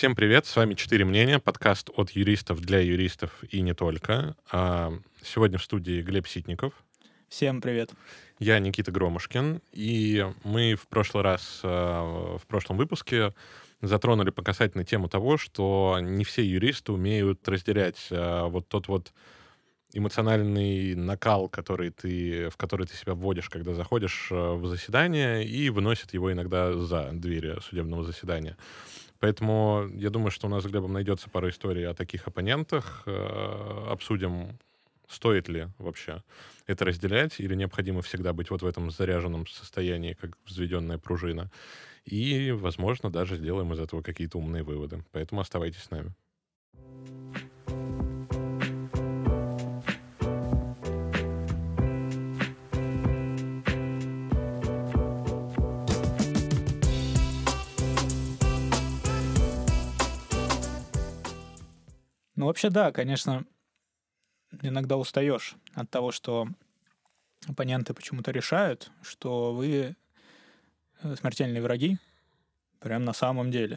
Всем привет, с вами «Четыре мнения», подкаст от юристов для юристов и не только. Сегодня в студии Глеб Ситников. Всем привет. Я Никита Громушкин, и мы в прошлый раз, в прошлом выпуске затронули по касательно тему того, что не все юристы умеют разделять вот тот вот эмоциональный накал, в который ты себя вводишь, когда заходишь в заседание, и выносят его иногда за двери судебного заседания. Поэтому я думаю, что у нас с Глебом найдется пара историй о таких оппонентах. Обсудим, стоит ли вообще это разделять, или необходимо всегда быть вот в этом заряженном состоянии, как взведенная пружина. И, возможно, даже сделаем из этого какие-то умные выводы. Поэтому оставайтесь с нами. Ну, вообще, да, конечно, иногда устаешь от того, что оппоненты почему-то решают, что вы смертельные враги, прям на самом деле.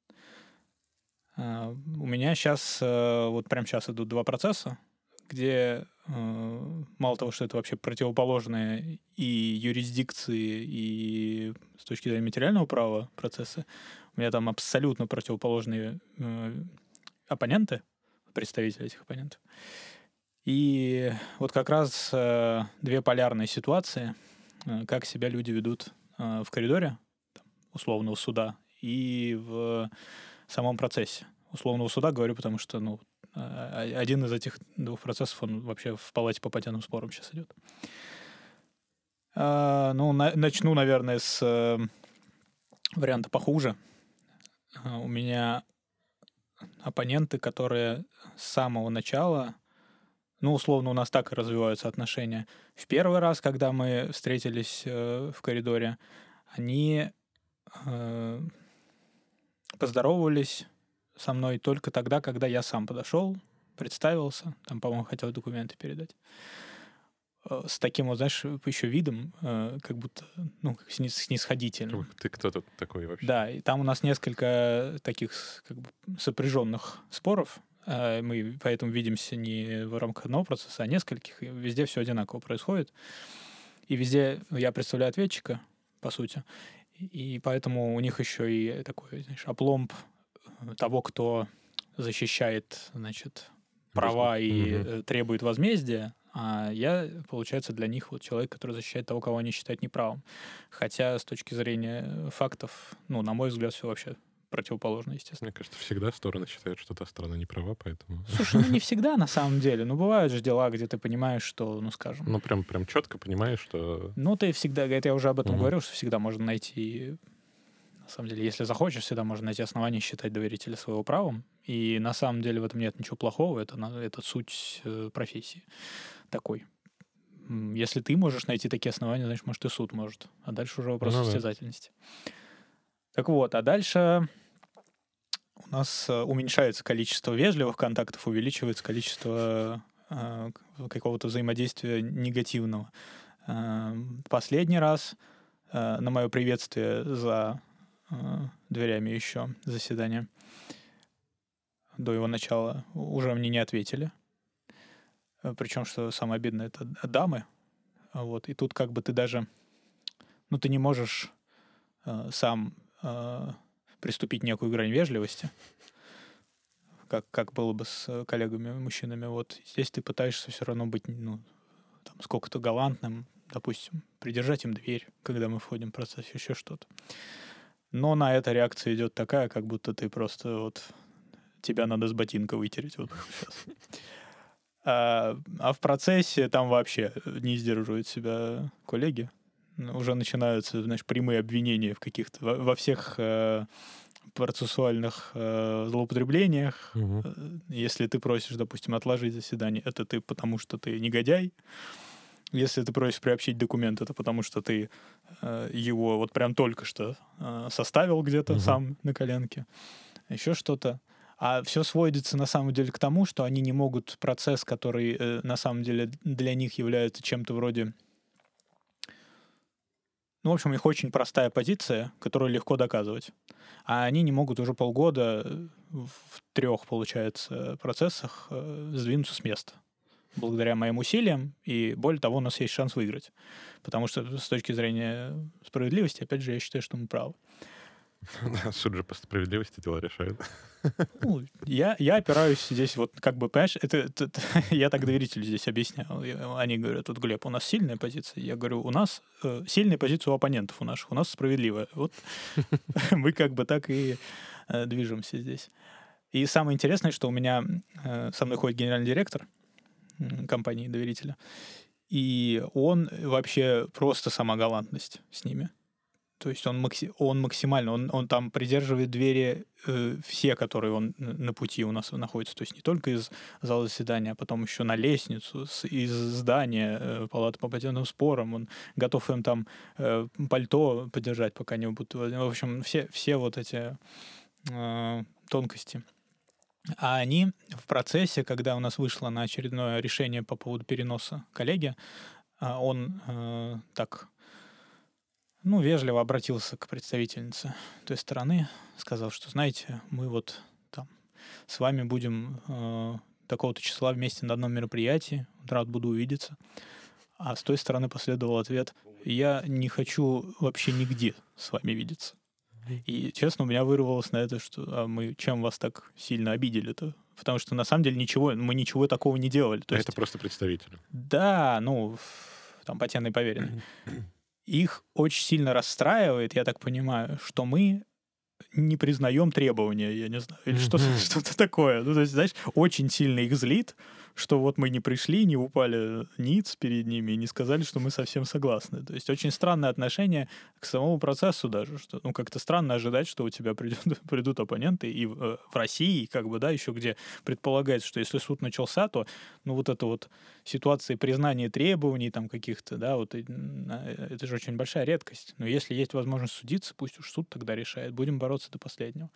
У меня сейчас, вот прямо сейчас идут два процесса, где мало того, что это вообще противоположные и юрисдикции, и с точки зрения материального права процессы, у меня там абсолютно противоположные оппоненты, представители этих оппонентов. И вот как раз две полярные ситуации, как себя люди ведут в коридоре условного суда и в самом процессе. Условного суда говорю, потому что один из этих двух процессов, он вообще в палате по патентным спорам сейчас идет. Начну, наверное, с варианта похуже. У меня оппоненты, которые с самого начала, условно, у нас так и развиваются отношения. В первый раз, когда мы встретились в коридоре, они поздоровались со мной только тогда, когда я сам подошел, представился, там, по-моему, хотел документы передать. С таким, вот, знаешь, еще видом, как будто, снисходительным. Ты кто тут такой вообще? Да, и там у нас несколько таких как бы сопряженных споров. Мы поэтому видимся не в рамках одного процесса, а нескольких, и везде все одинаково происходит. И везде я представляю ответчика, по сути, и поэтому у них еще и такой, знаешь, опломб того, кто защищает, значит, права и требует возмездия, а я, получается, для них вот человек, который защищает того, кого они считают неправым. Хотя с точки зрения фактов, на мой взгляд, все вообще противоположно, естественно. Мне кажется, всегда стороны считают, что та сторона не права, поэтому... Слушай, не всегда на самом деле. Бывают же дела, где ты понимаешь, что, скажем... прям четко понимаешь, что... ты всегда... Это я уже об этом говорил, что всегда можно найти... На самом деле, если захочешь, всегда можно найти основания считать доверителя своего правом. И на самом деле в этом нет ничего плохого. Это суть профессии такой. Если ты можешь найти такие основания, значит, может, и суд может. А дальше уже вопрос состязательности. Так вот, а дальше у нас уменьшается количество вежливых контактов, увеличивается количество какого-то взаимодействия негативного. Последний раз на мое приветствие за дверями еще заседания до его начала уже мне не ответили. Причем, что самое обидное, это дамы. Вот. И тут как бы ты даже... ты не можешь сам приступить некую грань вежливости, как было бы с коллегами-мужчинами. Вот здесь ты пытаешься все равно быть, сколько-то галантным, допустим, придержать им дверь, когда мы входим в процесс, еще что-то. Но на это реакция идет такая, как будто ты просто вот... Тебя надо с ботинка вытереть вот сейчас. А в процессе там вообще не сдерживают себя коллеги. Уже начинаются, прямые обвинения в каких-то... Во всех процессуальных злоупотреблениях. Если ты просишь, допустим, отложить заседание, это ты потому, что ты негодяй. Если ты просишь приобщить документ, это потому, что ты его вот прям только что составил где-то сам на коленке. Еще что-то. А все сводится на самом деле к тому, что они не могут процесс, который на самом деле для них является чем-то вроде Ну, в общем, у них очень простая позиция, которую легко доказывать. А они не могут уже полгода в 3, получается, процессах сдвинуться с места. Благодаря моим усилиям, и более того, у нас есть шанс выиграть. Потому что с точки зрения справедливости, опять же, я считаю, что мы правы. Да, суд же по справедливости дело решает. Ну, я опираюсь здесь, вот как бы, понимаешь, я так доверителю здесь объясняю. Они говорят, вот, Глеб, у нас сильная позиция. Я говорю, у нас сильная позиция у оппонентов у наших, у нас справедливая. Вот мы как бы так и движемся здесь. И самое интересное, что у меня со мной ходит генеральный директор компании доверителя, и он вообще просто сама галантность с ними. То есть он максимально, он там придерживает двери все, которые он на пути у нас находится. То есть не только из зала заседания, а потом еще на лестницу, из здания палаты по патентным спорам. Он готов им там пальто подержать, пока не будут. В общем, все вот эти тонкости. А они в процессе, когда у нас вышло на очередное решение по поводу переноса коллеги, он так... Ну, вежливо обратился к представительнице той стороны, сказал, что, знаете, мы вот там с вами будем такого-то числа вместе на одном мероприятии, рад буду увидеться. А с той стороны последовал ответ, я не хочу вообще нигде с вами видеться. И, честно, у меня вырвалось на это, что мы чем вас так сильно обидели-то? Потому что, на самом деле, мы ничего такого не делали. То есть, это просто представители. Да, ну, там, патентный поверенный. Их очень сильно расстраивает, я так понимаю, что мы не признаем требования, я не знаю, или что-то такое. Ну, то есть, знаешь, очень сильно их злит, что вот мы не пришли, не упали ниц перед ними и не сказали, что мы совсем согласны. То есть очень странное отношение к самому процессу даже, что, ну, как-то странно ожидать, что у тебя придут оппоненты, и в России, как бы, да, еще где предполагается, что если суд начался, то, ну, вот эта вот ситуация признания требований там каких-то, да, вот это же очень большая редкость. Но если есть возможность судиться, пусть уж суд тогда решает. Будем бороться до последнего.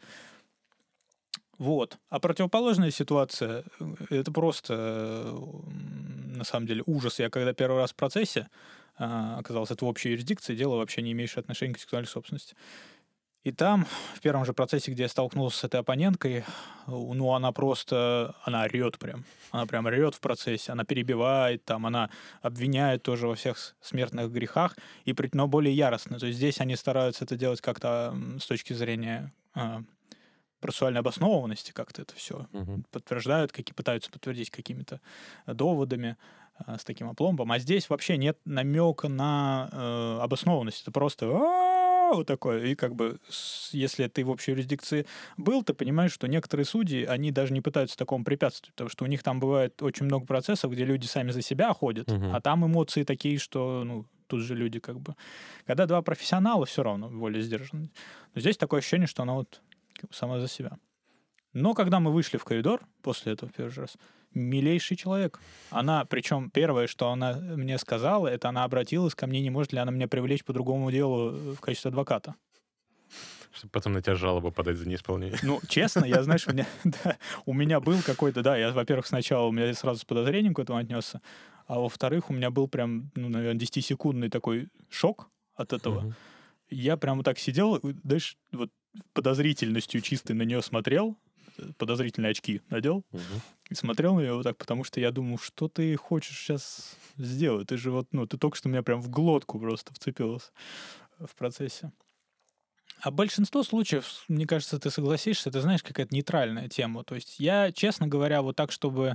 Вот. А противоположная ситуация, это просто, на самом деле, ужас. Я когда первый раз в процессе оказался, это в общей юрисдикции, дело вообще не имеющее отношения к интеллектуальной собственности. И там, в первом же процессе, где я столкнулся с этой оппоненткой, ну, она орет прям. Она прям орет в процессе, она перебивает, там, она обвиняет тоже во всех смертных грехах, но более яростно. То есть здесь они стараются это делать как-то с точки зрения процессуальной обоснованности, как-то это все подтверждают, пытаются подтвердить какими-то доводами с таким опломбом. А здесь вообще нет намека на обоснованность. Это просто вот такое. И как бы, если ты в общей юрисдикции был, ты понимаешь, что некоторые судьи, они даже не пытаются такому препятствовать, потому что у них там бывает очень много процессов, где люди сами за себя ходят, а там эмоции такие, что, ну, тут же люди как бы... Когда два профессионала, все равно более сдержаны. Но здесь такое ощущение, что она вот сама за себя. Но когда мы вышли в коридор после этого первый раз, милейший человек. Она, причем первое, что она мне сказала, это она обратилась ко мне, не может ли она меня привлечь по другому делу в качестве адвоката. Чтобы потом на тебя жалобу подать за неисполнение. Ну, честно, я, знаешь, у меня был какой-то, да, я, во-первых, сначала у меня сразу с подозрением к этому отнесся, а во-вторых, у меня был прям, ну, наверное, 10-секундный такой шок от этого. Я прям вот так сидел, знаешь, вот подозрительностью чистой на нее смотрел, подозрительные очки надел и смотрел на нее вот так, потому что я думал, что ты хочешь сейчас сделать? Ты же вот, ну, ты только что меня прям в глотку просто вцепилась в процессе. А большинство случаев, мне кажется, ты согласишься, это, знаешь, какая-то нейтральная тема. То есть я, честно говоря, вот так, чтобы...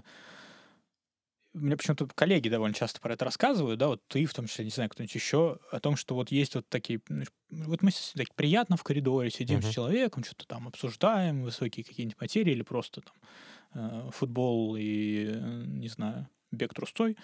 Мне почему-то коллеги довольно часто про это рассказывают, да, вот ты в том числе, не знаю, кто-нибудь еще, о том, что вот есть вот такие... Вот мы так приятно в коридоре сидим с человеком, что-то там обсуждаем, высокие какие-нибудь материи или просто там футбол и, не знаю, бег трусцой.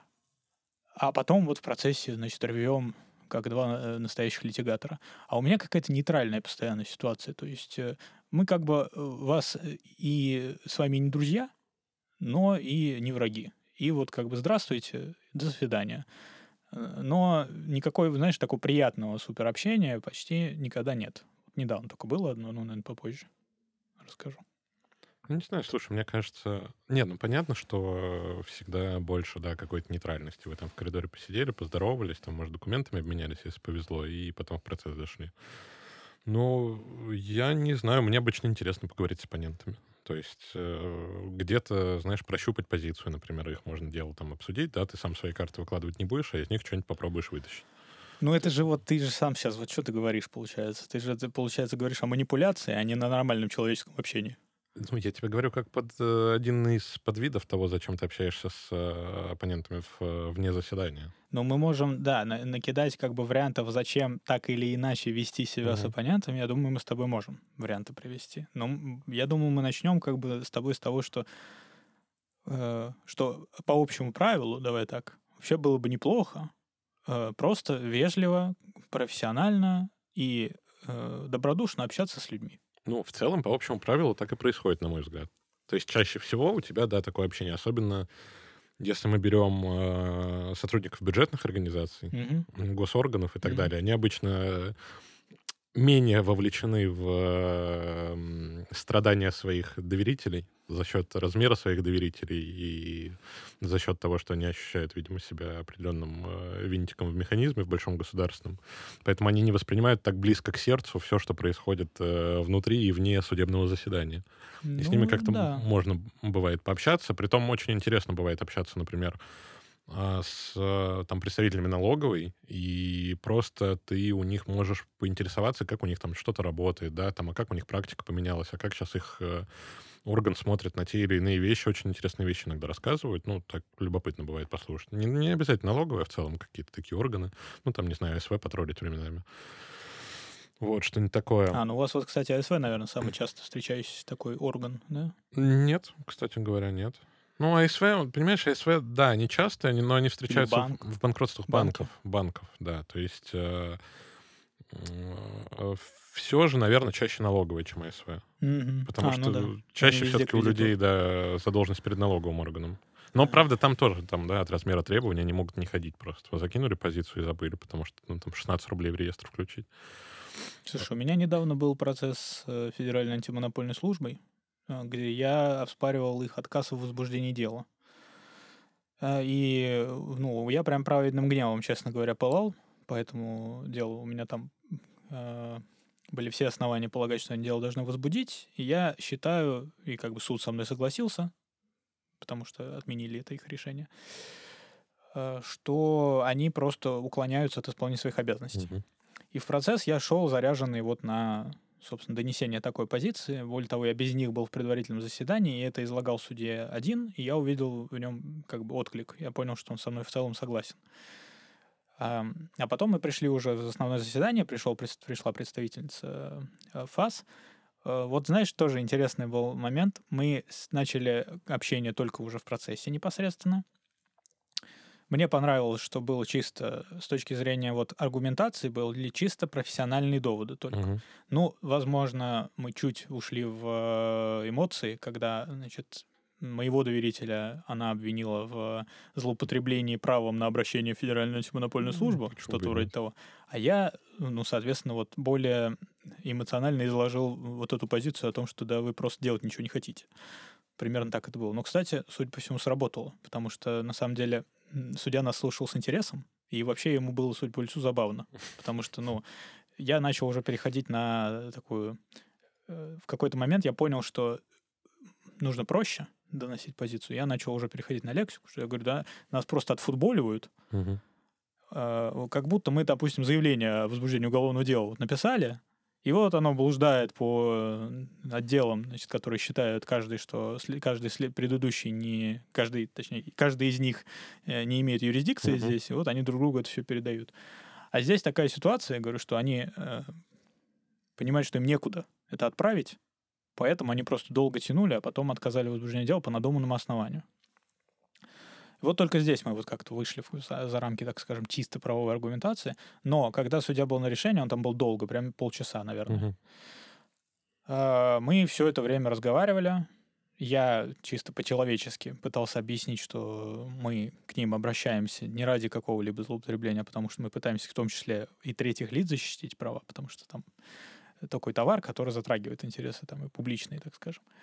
А потом вот в процессе, значит, рвем как два настоящих литигатора. А у меня какая-то нейтральная постоянная ситуация. То есть мы как бы вас и с вами не друзья, но и не враги. И вот как бы здравствуйте, до свидания. Но никакой, знаешь, такого приятного суперобщения почти никогда нет. Недавно только было одно, но, наверное, попозже расскажу. Ну, не знаю, слушай, мне кажется... Не, ну понятно, что всегда больше, да, какой-то нейтральности. Вы там в коридоре посидели, поздоровались, там, может, документами обменялись, если повезло, и потом в процесс зашли. Ну, я не знаю, мне обычно интересно поговорить с оппонентами. То есть где-то, знаешь, прощупать позицию, например, их можно дело там обсудить, да, ты сам свои карты выкладывать не будешь, а из них что-нибудь попробуешь вытащить. Ну, это же вот ты же сам сейчас, вот что ты говоришь, получается? Ты, получается, говоришь о манипуляции, а не на нормальном человеческом общении. Ну, я тебе говорю, как под один из подвидов того, зачем ты общаешься с оппонентами вне заседания. Но мы можем, да, накидать как бы вариантов, зачем так или иначе вести себя с Мгм. оппонентами. Я думаю, мы с тобой можем варианты привести. Но я думаю, мы начнем как бы с тобой с того, что по общему правилу, давай так, вообще было бы неплохо просто вежливо, профессионально и добродушно общаться с людьми. Ну, в целом, по общему правилу, так и происходит, на мой взгляд. То есть чаще всего у тебя, да, такое общение, особенно если мы берем сотрудников бюджетных организаций, Мгм. госорганов и так Мгм. далее, они обычно менее вовлечены в страдания своих доверителей за счет размера своих доверителей и за счет того, что они ощущают, видимо, себя определенным винтиком в механизме в большом государственном. Поэтому они не воспринимают так близко к сердцу все, что происходит внутри и вне судебного заседания. И с ними Ну, как-то да. можно бывает пообщаться. Притом очень интересно бывает общаться, например, с там представителями налоговой, и просто ты у них можешь поинтересоваться, как у них там что-то работает, да, там, а как у них практика поменялась, а как сейчас их орган смотрит на те или иные вещи. Очень интересные вещи иногда рассказывают. Ну, так любопытно бывает послушать. Не обязательно налоговая, а в целом какие-то такие органы. Ну, там, не знаю, СВ потроллить временами. Вот, что-нибудь такое. Ну у вас вот, кстати, АСВ, наверное, самый часто встречающийся такой орган, да? Нет, кстати говоря, нет. Ну, АСВ, вот, понимаешь, АСВ, да, они часто, но они Или встречаются банк, в банкротствах банки. банков, да. То есть все же, наверное, чаще налоговые, чем АСВ. Мгм. Потому Ну да. что Они чаще везде все-таки у людей, кредитуют. да, задолженность перед налоговым органом. Но, Да. правда, там тоже, там, да, от размера требований они могут не ходить просто. Вы закинули позицию и забыли, потому что ну, там 16 рублей в реестр включить. Слушай, у меня недавно был процесс с Федеральной антимонопольной службой, где я оспаривал их отказ в возбуждении дела. Ну, я прям праведным гневом, честно говоря, пылал по этому делу. У меня там э, были все основания полагать, что они дело должны возбудить. И я считаю, и как бы суд со мной согласился, потому что отменили это их решение, что они просто уклоняются от исполнения своих обязанностей. Мгм. И в процесс я шел заряженный вот на, собственно, донесение такой позиции. Более того, я без них был в предварительном заседании, и это излагал судья один, и я увидел в нем как бы отклик. Я понял, что он со мной в целом согласен. А потом мы пришли уже в основное заседание, пришла представительница ФАС. Вот знаешь, тоже интересный был момент. Мы начали общение только уже в процессе непосредственно. Мне понравилось, что было чисто с точки зрения вот аргументации, были чисто профессиональные доводы только. Мгм. Ну, возможно, мы чуть ушли в эмоции, когда, значит, моего доверителя она обвинила в злоупотреблении правом на обращение в Федеральную антимонопольную службу, Почему бы что-то и вроде нет? того. А я, ну, соответственно, вот более эмоционально изложил вот эту позицию о том, что да, вы просто делать ничего не хотите. Примерно так это было. Но, кстати, судя по всему, сработало, потому что, на самом деле, судья нас слушал с интересом, и вообще ему было, судя по лицу, забавно, потому что, ну, я начал уже переходить на такую... В какой-то момент я понял, что нужно проще доносить позицию. Я начал уже переходить на лексику, что я говорю, да, нас просто отфутболивают, Мгм. как будто мы, допустим, заявление о возбуждении уголовного дела вот написали, и вот оно блуждает по отделам, значит, которые считают каждый, что предыдущий не... Каждый, точнее, каждый из них не имеет юрисдикции Мгм. здесь, и вот они друг другу это все передают. А здесь такая ситуация, я говорю, что они понимают, что им некуда это отправить, поэтому они просто долго тянули, а потом отказали в возбуждении дела по надуманному основанию. Вот только здесь мы вот как-то вышли за рамки, так скажем, чисто правовой аргументации. Но когда судья был на решении, он там был долго, прям полчаса, наверное. Мгм. Мы все это время разговаривали. Я чисто по-человечески пытался объяснить, что мы к ним обращаемся не ради какого-либо злоупотребления, а потому что мы пытаемся в том числе и третьих лиц защитить права, потому что там такой товар, который затрагивает интересы там и публичные, так скажем.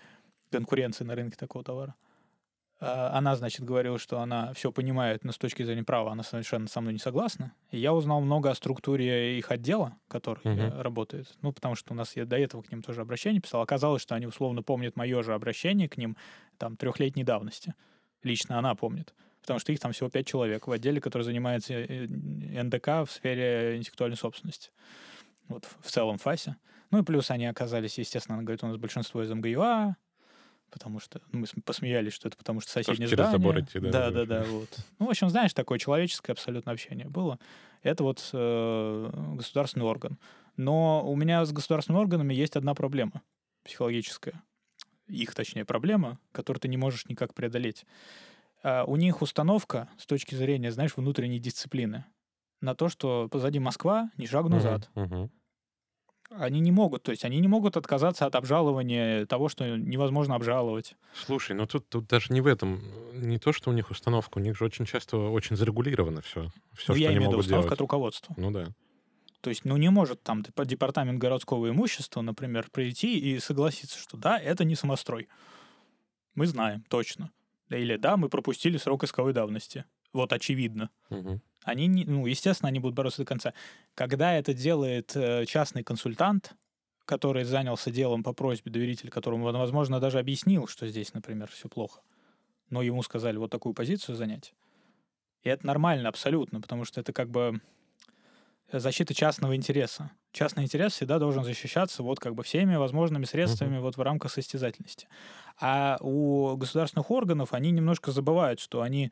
конкуренции на рынке такого товара. Она, значит, говорила, что она все понимает, но с точки зрения права она совершенно со мной не согласна. И я узнал много о структуре их отдела, который работает. Ну, потому что у нас я до этого к ним тоже обращение писал. Оказалось, что они условно помнят мое же обращение к ним там 3-летней давности. Лично она помнит. Потому что их там всего 5 человек в отделе, который занимается НДК в сфере интеллектуальной собственности. Вот в целом ФАСе. Ну и плюс они оказались, естественно, она говорит, у нас большинство из МГЮА, потому что мы посмеялись, что это потому что соседнее через здание. забор идти, да? Да, вот. Ну, в общем, знаешь, такое человеческое абсолютно общение было. Это вот государственный орган. Но у меня с государственными органами есть одна проблема психологическая. Их, точнее, проблема, которую ты не можешь никак преодолеть. У них установка с точки зрения, знаешь, внутренней дисциплины на то, что позади Москва, ни шагу назад. Они не могут, то есть они не могут отказаться от обжалования того, что невозможно обжаловать. Слушай, ну тут даже не в этом. Не то, что у них установка, у них же очень часто очень зарегулировано все. Все, Ну, что я они имею в виду могут установка делать. от руководства. Ну да. То есть, ну, не может там департамент городского имущества, например, прийти и согласиться, что да, это не самострой. Мы знаем точно. Или да, мы пропустили срок исковой давности. Вот очевидно. Они, ну, естественно, они будут бороться до конца. Когда это делает частный консультант, который занялся делом по просьбе доверителя, которому он, возможно, даже объяснил, что здесь, например, все плохо, но ему сказали вот такую позицию занять. И это нормально абсолютно, потому что это как бы защита частного интереса. Частный интерес всегда должен защищаться вот как бы всеми возможными средствами вот в рамках состязательности. А у государственных органов они немножко забывают, что они...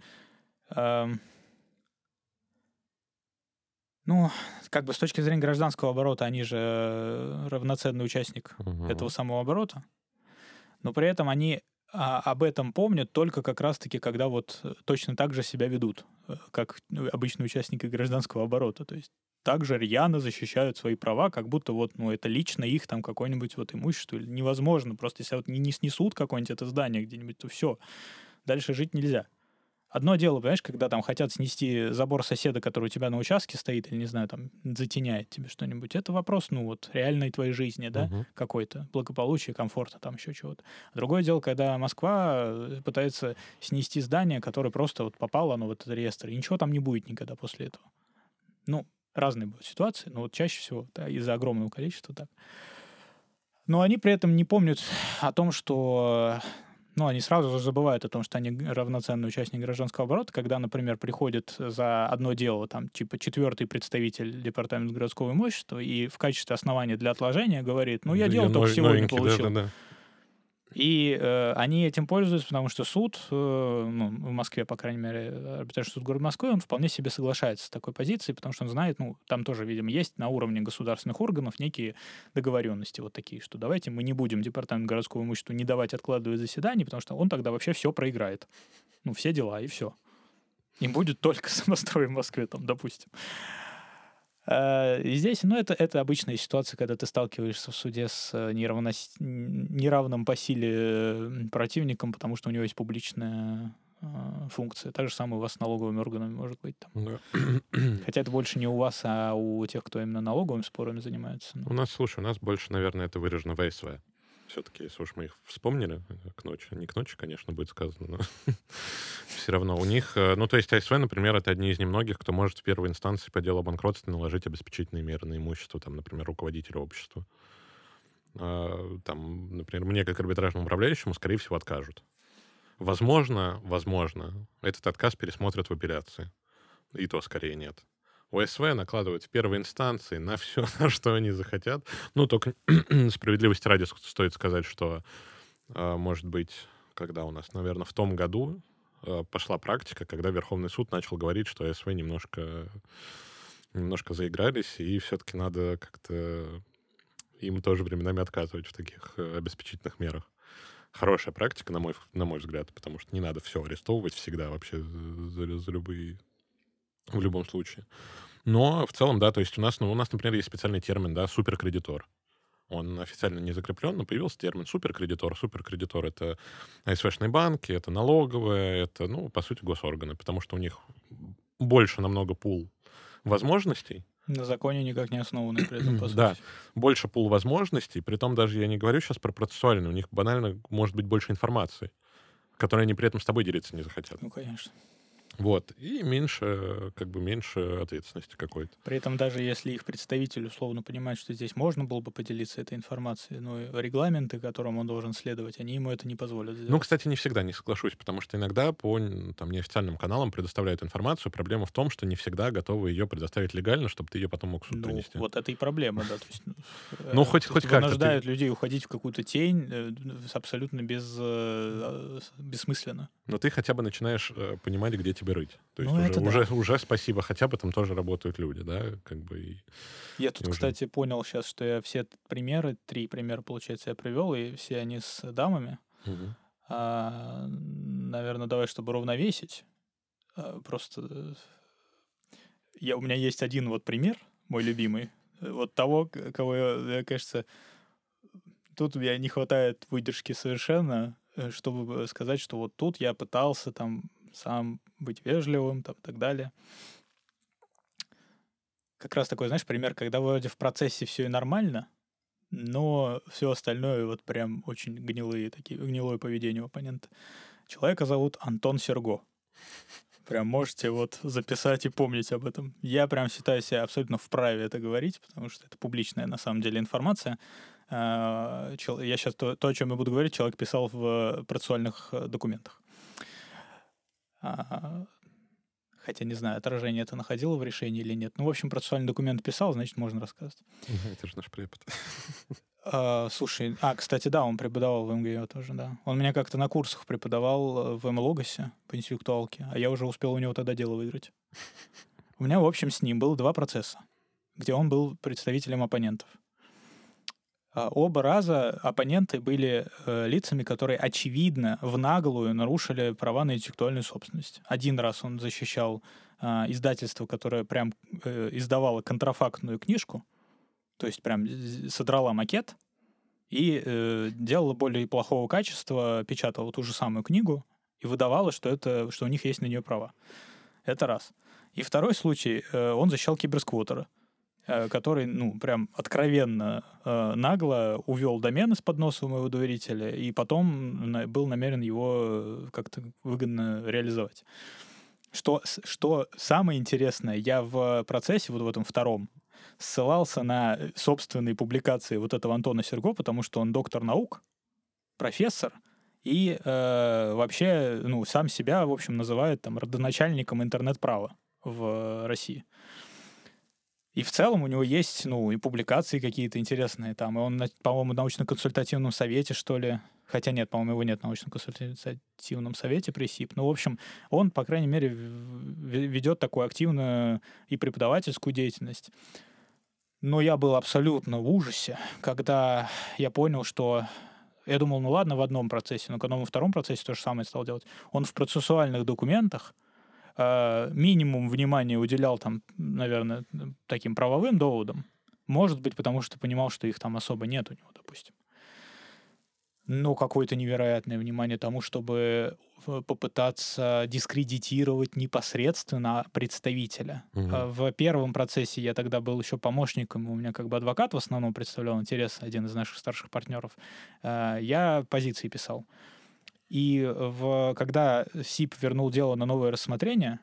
Ну, как бы с точки зрения гражданского оборота, они же равноценный участник этого самого оборота. Но при этом они об этом помнят только как раз-таки, когда вот точно так же себя ведут, как обычные участники гражданского оборота. То есть также рьяно защищают свои права, как будто вот, ну, это лично их там какое-нибудь вот имущество. Невозможно. Просто если вот не снесут какое-нибудь это здание где-нибудь, то все. Дальше жить нельзя. Одно дело, понимаешь, когда там хотят снести забор соседа, который у тебя на участке стоит, или, не знаю, там затеняет тебе что-нибудь. Это вопрос, ну, вот, реальной твоей жизни, да, какой-то, благополучия, комфорта, там еще чего-то. Другое дело, когда Москва пытается снести здание, которое просто вот попало, оно в этот реестр, и ничего там не будет никогда после этого. Ну, разные будут ситуации, но вот чаще всего, да, из-за огромного количества так. Но они при этом не помнят о том, что... Ну, они сразу же забывают о том, что они равноценный участник гражданского оборота, когда, например, приходит за одно дело, там, типа, 4-й представитель департамента городского имущества и в качестве основания для отложения говорит, ну, я дело только сегодня получил. Да. И они этим пользуются, потому что суд, ну, в Москве, по крайней мере, арбитражный суд города Москвы, он вполне себе соглашается с такой позицией, потому что он знает, ну, там тоже, видимо, есть на уровне государственных органов некие договоренности вот такие, что давайте мы не будем департамент городского имущества не давать откладывать заседания, потому что он тогда вообще все проиграет. Ну, все дела, и все. Им будет только самострой в Москве, там, допустим. И здесь, ну, это обычная ситуация, когда ты сталкиваешься в суде с неравным по силе противником, потому что у него есть публичная функция. Так же самое у вас с налоговыми органами может быть там. Да. Хотя это больше не у вас, а у тех, кто именно налоговыми спорами занимается. У нас больше, наверное, это выражено в АСВ. Все-таки, если уж мы их вспомнили, к ночи. Не к ночи, конечно, будет сказано, но все равно у них... Ну, то есть АСВ, например, это одни из немногих, кто может в первой инстанции по делу о банкротстве наложить обеспечительные меры на имущество, там, например, руководителя общества. Там, например, мне, как арбитражному управляющему, скорее всего, откажут. Возможно, этот отказ пересмотрят в апелляции. И то скорее нет. ОСВ накладывают в первой инстанции на все, на что они захотят. Ну, только справедливости ради стоит сказать, что, может быть, когда у нас, наверное, в том году пошла практика, когда Верховный суд начал говорить, что ОСВ немножко заигрались, и все-таки надо как-то им тоже временами отказывать в таких обеспечительных мерах. Хорошая практика, на мой взгляд, потому что не надо все арестовывать всегда вообще за любые... В любом случае. Но в целом, да, то есть у нас, например, есть специальный термин, да, суперкредитор. Он официально не закреплен, но появился термин суперкредитор. Суперкредитор — это АСВшные банки, это налоговые, это, ну, по сути, госорганы, потому что у них больше намного пул возможностей, На законе никак не основаны при этом, по Да, сути. больше пул возможностей, притом даже я не говорю сейчас про процессуальную, у них банально может быть больше информации, которой они при этом с тобой делиться не захотят. Ну, конечно. Вот. И меньше, как бы меньше ответственности какой-то. При этом даже если их представитель условно понимает, что здесь можно было бы поделиться этой информацией, но регламенты, которым он должен следовать, они ему это не позволят Ну, сделать. кстати, не всегда, не соглашусь, потому что иногда по там, неофициальным каналам предоставляют информацию. Проблема в том, что не всегда готовы ее предоставить легально, чтобы ты ее потом мог в суд Ну, принести. вот это и проблема, да. То есть, Ну, хоть то есть как-то вынуждают людей уходить в какую-то тень абсолютно бессмысленно. Но ты хотя бы начинаешь понимать, где тебе рыть. То есть Ну, это да. уже спасибо, хотя бы там тоже работают люди, да, как бы. Я тут, уже- кстати, понял сейчас, что я все примеры, 3 примера, получается, я привел, и все они с дамами. Мгм. Наверное, давай, чтобы равновесить, просто у меня есть один вот пример, мой любимый, вот того, кого я, кажется, тут у меня не хватает выдержки совершенно, чтобы сказать, что вот тут я пытался там сам быть вежливым, там, и так далее. Как раз такой, знаешь, пример, когда вроде в процессе все и нормально, но все остальное вот прям очень гнилое поведение у оппонента. Человека зовут Антон Серго. Прям можете вот записать и помнить об этом. Я прям считаю себя абсолютно вправе это говорить, потому что это публичная на самом деле информация. Я сейчас то, о чем я буду говорить, человек писал в процессуальных документах. Хотя не знаю, отражение это находило в решении или нет. Ну, в общем, процессуальный документ писал, значит, можно рассказывать. Это же наш препод. Слушай, кстати, да, он преподавал в МГУ тоже, да. Он меня как-то на курсах преподавал в МЛОГосе по интеллектуалке, а я уже успел у него тогда дело выиграть. У меня, в общем, с ним было 2 процесса, где он был представителем оппонентов. Оба раза оппоненты были лицами, которые, очевидно, в наглую нарушили права на интеллектуальную собственность. Один раз он защищал издательство, которое прям издавало контрафактную книжку, то есть прям содрала макет и делала более плохого качества, печатала ту же самую книгу и выдавала, что у них есть на нее права. Это раз. И второй случай, он защищал киберсквотера, который, ну, прям откровенно нагло увел домен из-под носа у моего доверителя и потом был намерен его как-то выгодно реализовать. Что самое интересное, я в процессе, вот в этом втором, ссылался на собственные публикации вот этого Антона Серго, потому что он доктор наук, профессор, и вообще, ну, сам себя, в общем, называет там родоначальником интернет-права в России. И в целом у него есть, ну, и публикации какие-то интересные там. И он, по-моему, в научно-консультативном совете, что ли. Хотя нет, по-моему, его нет в научно-консультативном совете при СИП. Ну, в общем, он, по крайней мере, ведет такую активную и преподавательскую деятельность. Но я был абсолютно в ужасе, когда я понял, что... Я думал, ну ладно, в одном процессе, но когда он во втором процессе то же самое стал делать. Он в процессуальных документах минимум внимания уделял там, наверное, таким правовым доводам. Может быть, потому что понимал, что их там особо нет у него, допустим. Но какое-то невероятное внимание тому, чтобы попытаться дискредитировать непосредственно представителя. В первом процессе я тогда был еще помощником, у меня как бы адвокат в основном представлял интерес, один из наших старших партнеров. Я позиции писал. И когда СИП вернул дело на новое рассмотрение,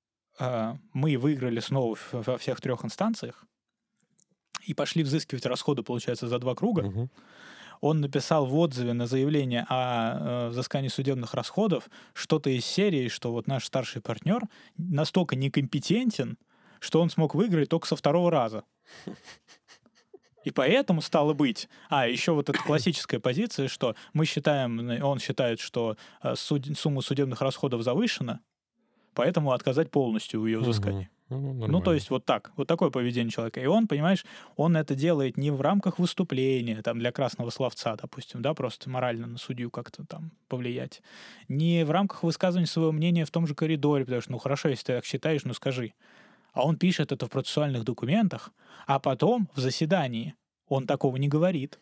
мы выиграли снова во всех 3 инстанциях и пошли взыскивать расходы, получается, за 2 круга. Он написал в отзыве на заявление о взыскании судебных расходов что-то из серии, что вот наш старший партнер настолько некомпетентен, что он смог выиграть только со 2-го раза. И поэтому, стало быть... еще вот эта классическая позиция, что он считает, что сумма судебных расходов завышена, поэтому отказать полностью в ее взыскании. Ну, то есть вот так. Вот такое поведение человека. И он, понимаешь, он это делает не в рамках выступления, там, для красного словца, допустим, да, просто морально на судью как-то там повлиять. Не в рамках высказывания своего мнения в том же коридоре, потому что, ну, хорошо, если ты так считаешь, ну, скажи. А он пишет это в процессуальных документах, а потом в заседании он такого не говорит.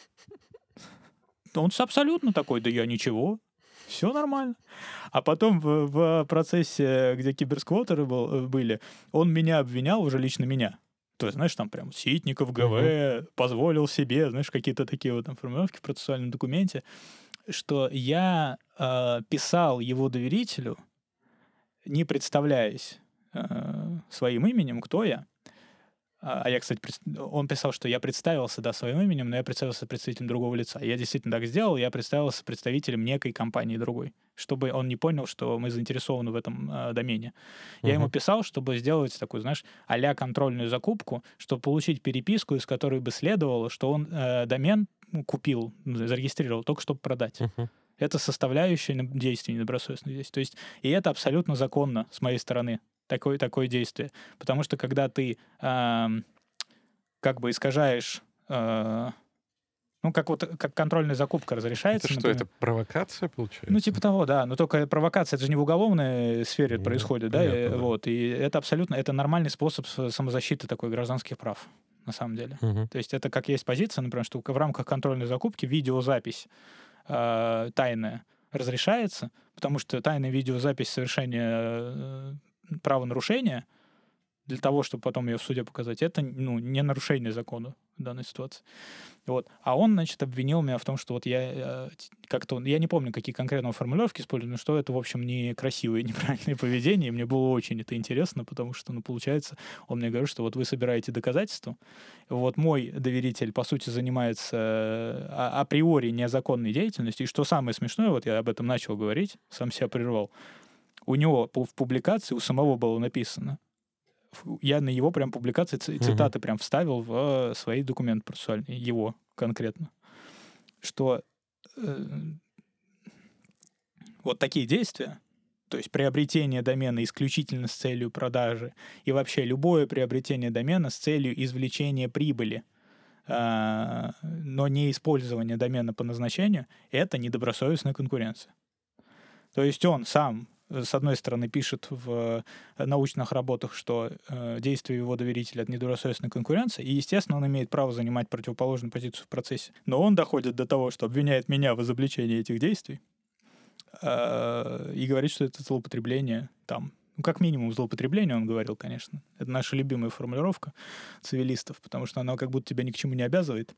Он абсолютно такой, да я ничего, все нормально. А потом в процессе, где киберсквотеры были, он меня обвинял, уже лично меня, То есть, знаешь, там прям Ситников ГВ позволил себе, знаешь, какие-то такие вот там формулировки в процессуальном документе, что я писал его доверителю, не представляясь своим именем, кто я. А я, кстати, он писал, что я представился, да, своим именем, но я представился представителем другого лица. Я действительно так сделал, я представился представителем некой компании другой, чтобы он не понял, что мы заинтересованы в этом домене. Я ему писал, чтобы сделать такую, знаешь, а-ля контрольную закупку, чтобы получить переписку, из которой бы следовало, что он домен купил, зарегистрировал, только чтобы продать. Это составляющая действий, недобросовестных действий. То есть, и это абсолютно законно с моей стороны. Такое действие. Потому что когда ты как бы искажаешь, как контрольная закупка разрешается. Это что, это провокация, получается? Ну, типа того, да. Но только провокация, это же не в уголовной сфере происходит, понятно, да? Вот. И это абсолютно, это нормальный способ самозащиты такой гражданских прав, на самом деле. То есть это как есть позиция, например, что в рамках контрольной закупки видеозапись тайная разрешается, потому что тайная видеозапись совершения правонарушения для того, чтобы потом ее в суде показать, это не нарушение закона в данной ситуации. Вот. А он, значит, обвинил меня в том, что вот я как-то... Я не помню, какие конкретно формулировки использую, но что это, в общем, некрасивое и неправильное поведение. И мне было очень это интересно, потому что, получается, он мне говорит, что вот вы собираете доказательства, вот мой доверитель, по сути, занимается априори незаконной деятельностью, и что самое смешное, вот я об этом начал говорить, сам себя прервал, у него в публикации у самого было написано, я на его прям публикации цитаты прям вставил в свои документы процессуальные, его конкретно, что вот такие действия, то есть приобретение домена исключительно с целью продажи и вообще любое приобретение домена с целью извлечения прибыли, но не использование домена по назначению, это недобросовестная конкуренция. То есть он сам с одной стороны, пишет в научных работах, что действие его доверителя — это недобросовестная конкуренция, и, естественно, он имеет право занимать противоположную позицию в процессе. Но он доходит до того, что обвиняет меня в изобличении этих действий и говорит, что это злоупотребление там. Как минимум злоупотребление, он говорил, конечно. Это наша любимая формулировка цивилистов, потому что она как будто тебя ни к чему не обязывает.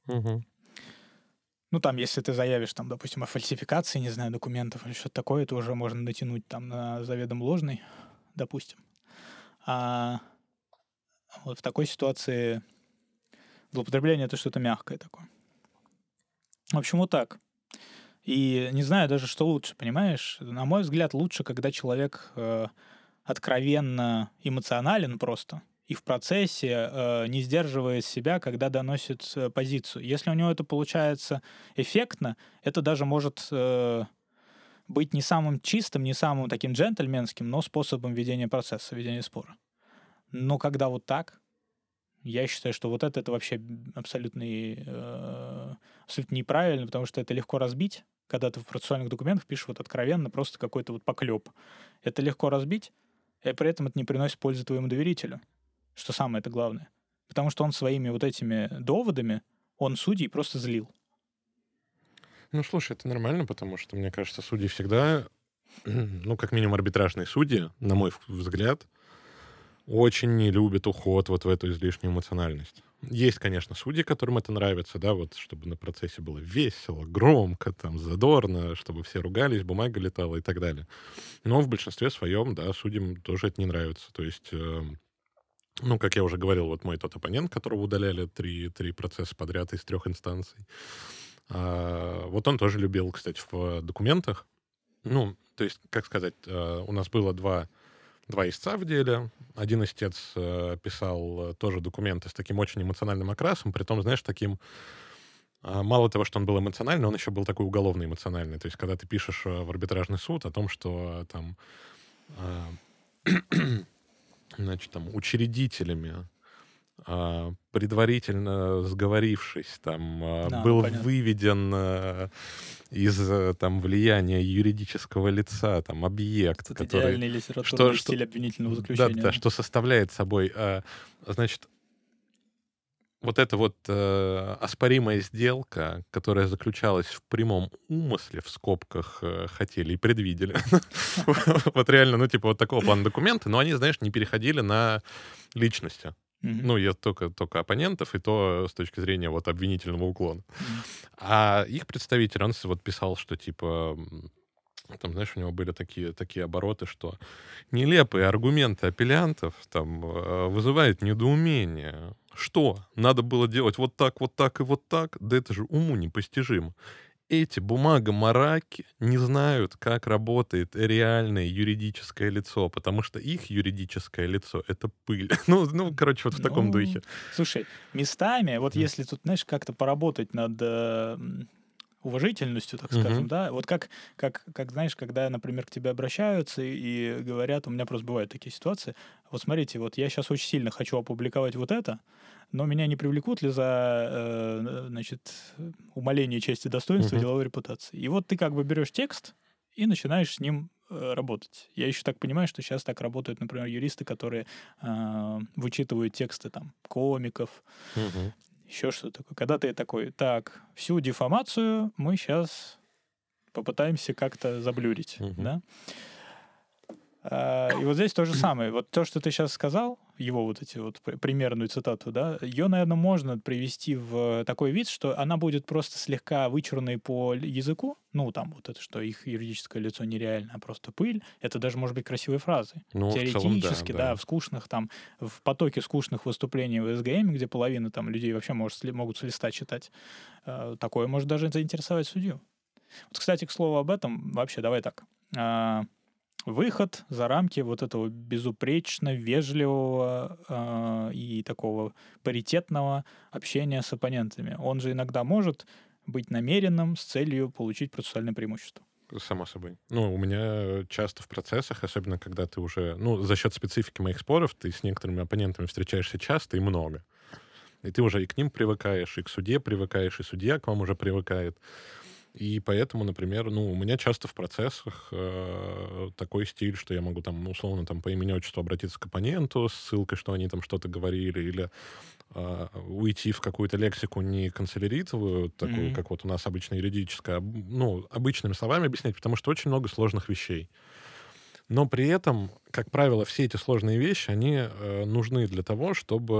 Там, если ты заявишь, там, допустим, о фальсификации, не знаю, документов или что-то такое, то уже можно натянуть там на заведомо ложный, допустим. А вот в такой ситуации злоупотребление — это что-то мягкое такое. В общем, вот так. И не знаю даже, что лучше, понимаешь? На мой взгляд, лучше, когда человек откровенно эмоционален просто, и в процессе не сдерживает себя, когда доносит позицию. Если у него это получается эффектно, это даже может быть не самым чистым, не самым таким джентльменским, но способом ведения процесса, ведения спора. Но когда вот так, я считаю, что вот это вообще абсолютно неправильно, потому что это легко разбить, когда ты в процессуальных документах пишешь вот откровенно просто какой-то вот поклеп. Это легко разбить, и при этом это не приносит пользы твоему доверителю. Что самое это главное. Потому что он своими вот этими доводами, он судей просто злил. Слушай, это нормально, потому что, мне кажется, судьи всегда, как минимум арбитражные судьи, на мой взгляд, очень не любят уход вот в эту излишнюю эмоциональность. Есть, конечно, судьи, которым это нравится, да, вот, чтобы на процессе было весело, громко, там, задорно, чтобы все ругались, бумага летала и так далее. Но в большинстве своем, да, судьям тоже это не нравится. То есть... как я уже говорил, вот мой тот оппонент, которого удаляли три процесса подряд из 3 инстанций, вот он тоже любил, кстати, в документах. То есть, как сказать, у нас было два истца в деле. Один истец писал тоже документы с таким очень эмоциональным окрасом, притом, знаешь, таким... Мало того, что он был эмоциональный, он еще был такой уголовно эмоциональный. То есть, когда ты пишешь в арбитражный суд о том, что там... Значит, там, учредителями, предварительно сговорившись, там, был выведен из там, влияния юридического лица, там, объект, это который... идеальный литературный стиль обвинительного заключения. Да, что составляет собой, значит, вот эта вот оспоримая сделка, которая заключалась в прямом умысле, в скобках хотели и предвидели. Вот реально, вот такого плана документы, но они, знаешь, не переходили на личности. Мгм. Ну, я только оппонентов, и то с точки зрения вот обвинительного уклона. Мгм. А их представитель, он вот писал, что типа, там, знаешь, у него были такие обороты, что нелепые аргументы апеллянтов там вызывают недоумение. Что? Надо было делать вот так и вот так? Да это же уму непостижимо. Эти бумага-мараки не знают, как работает реальное юридическое лицо, потому что их юридическое лицо — это пыль. Короче, вот в таком Ну, духе. слушай, местами, вот Мгм. если тут, знаешь, как-то поработать над уважительностью, так скажем, Мгм. да, вот как, знаешь, когда, например, к тебе обращаются и говорят, у меня просто бывают такие ситуации, вот смотрите, вот я сейчас очень сильно хочу опубликовать вот это, но меня не привлекут ли за, значит, умаление чести и достоинства и Мгм. деловой репутации. И вот ты как бы берешь текст и начинаешь с ним работать. Я еще так понимаю, что сейчас так работают, например, юристы, которые вычитывают тексты там комиков, Мгм. еще что-то такое. Когда ты такой, так, всю дефамацию мы сейчас попытаемся как-то заблюрить, Мгм. да? И вот здесь то же самое. Вот то, что ты сейчас сказал, его вот эти вот примерную цитату, да, ее, наверное, можно привести в такой вид, что она будет просто слегка вычурной по языку, ну, там вот это, что их юридическое лицо нереально, а просто пыль, это даже может быть красивой фразой. Ну, в целом, да, Теоретически, да, да. в скучных там, в потоке скучных выступлений в СГМ, где половина там людей вообще могут с листа читать, такое может даже заинтересовать судью. Вот, кстати, к слову об этом, вообще, давай так. Выход за рамки вот этого безупречно вежливого и такого паритетного общения с оппонентами. Он же иногда может быть намеренным с целью получить процессуальное преимущество. Само собой. Ну, у меня часто в процессах, особенно когда ты уже, за счет специфики моих споров, ты с некоторыми оппонентами встречаешься часто и много. И ты уже и к ним привыкаешь, и к судье привыкаешь, и судья к вам уже привыкает. И поэтому, например, у меня часто в процессах такой стиль, что я могу там, условно, там по имени-отчеству обратиться к оппоненту с ссылкой, что они там что-то говорили, или уйти в какую-то лексику не канцеляритовую, такую, Мгм. как вот у нас обычно юридическая, обычными словами объяснять, потому что очень много сложных вещей. Но при этом, как правило, все эти сложные вещи, они нужны для того, чтобы,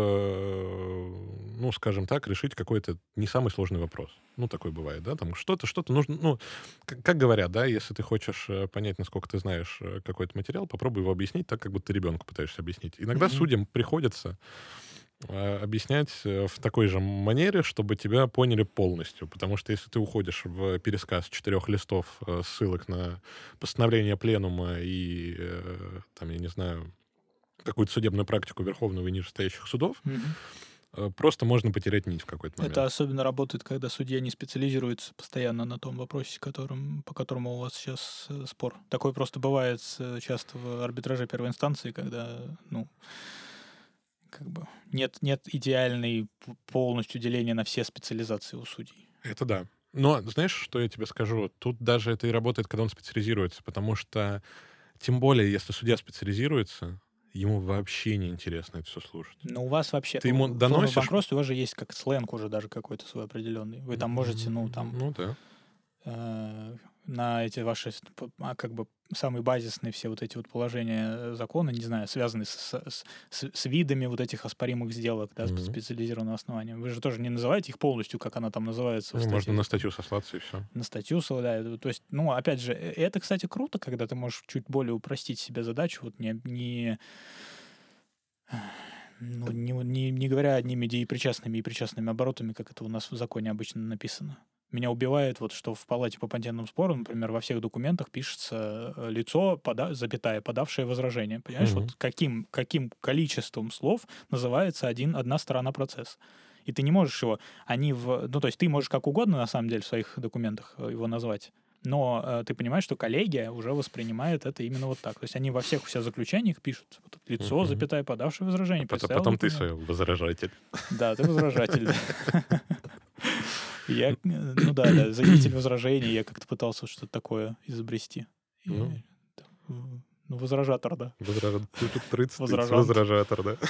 скажем так, решить какой-то не самый сложный вопрос. Ну, такой бывает, да, там что-то нужно, как говорят, да, если ты хочешь понять, насколько ты знаешь какой-то материал, попробуй его объяснить так, как будто ты ребенку пытаешься объяснить. Иногда Мгм. судьям приходится объяснять в такой же манере, чтобы тебя поняли полностью. Потому что если ты уходишь в пересказ 4 листов ссылок на постановление пленума и, там, я не знаю, какую-то судебную практику Верховного и нижестоящих судов, Мгм. просто можно потерять нить в какой-то Это момент. особенно работает, когда судья не специализируется постоянно на том вопросе, по которому у вас сейчас спор. Такое просто бывает часто в арбитраже первой инстанции, когда, ну, как бы нет идеальной полностью деления на все специализации у судей. Это да. Но знаешь, что я тебе скажу? Тут даже это и работает, когда он специализируется, потому что, тем более, если судья специализируется, ему вообще не интересно это все слушать. Но у вас вообще Ты ему в форме доносишь. банкротства у вас же есть как сленг уже даже какой-то свой определенный. Вы там можете, ну, там Ну да. на эти ваши как бы самые базисные все вот эти вот положения закона, не знаю, связанные с видами вот этих оспоримых сделок, да, Мгм. специализированным основанием. Вы же тоже не называете их полностью, как она там называется в Ну, можно статье на закона. статью сослаться, и все. На статью ссылают. То есть, ну, опять же, это, кстати, круто, когда ты можешь чуть более упростить себе задачу, вот не говоря одними деепричастными и причастными оборотами, как это у нас в законе обычно написано. Меня убивает, вот, что в палате по патентному спору, например, во всех документах пишется лицо, запятая, подавшее возражение. Понимаешь, Мгм. вот каким количеством слов называется одна сторона процесса. И ты не можешь его, ну, то есть ты можешь как угодно, на самом деле, в своих документах его назвать, но ты понимаешь, что коллегия уже воспринимает это именно вот так. То есть они во всех заключениях пишут вот, лицо, Мгм. запятая, подавшее возражение, представил Потом ты документ. свой возражатель. Да, ты возражатель, да. Ну да, заявитель возражений, я как-то пытался что-то такое изобрести. Ну, Ну, возражатор, да. Возражант, возражатор, да.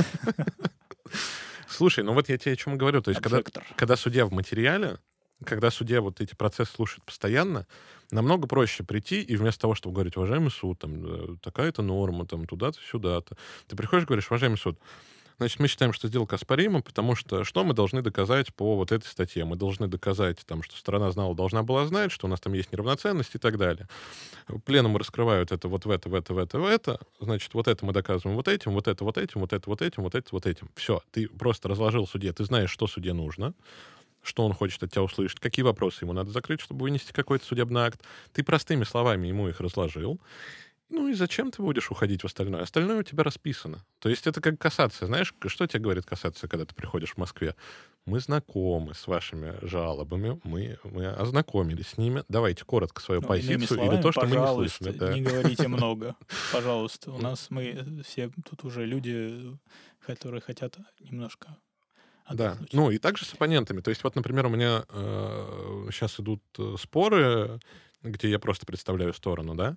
Слушай, ну вот я тебе о чем говорю. То есть, обжектор. когда судья в материале, когда судья вот эти процессы слушает постоянно, намного проще прийти и вместо того, чтобы говорить, уважаемый суд, там, такая-то норма, там, туда-то, сюда-то, ты приходишь и говоришь, уважаемый суд, Значит, мы считаем, что сделка оспорима, потому что мы должны доказать по вот этой статье? Мы должны доказать, там, что сторона знала, должна была знать, что у нас там есть неравноценность и так далее. Пленумы раскрывают это вот в это. Значит, вот это мы доказываем вот этим, вот это вот этим, вот это вот этим, вот это вот этим. Все, ты просто разложил судье, ты знаешь, что судье нужно, что он хочет от тебя услышать, какие вопросы ему надо закрыть, чтобы вынести какой-то судебный акт. Ты простыми словами ему их разложил. Ну и зачем ты будешь уходить в остальное? Остальное у тебя расписано. То есть это как кассация. Знаешь, что тебе говорит кассация, когда ты приходишь в Москве? Мы знакомы с вашими жалобами, мы ознакомились с ними. Давайте коротко свою Ну, иными позицию или словами, то, что мы не пожалуйста, слышали. Да. не говорите много. Пожалуйста. У нас мы все тут уже люди, которые хотят немножко Да. отдохнуть. Ну и также с оппонентами. То есть вот, например, у меня сейчас идут споры, где я просто представляю сторону, да,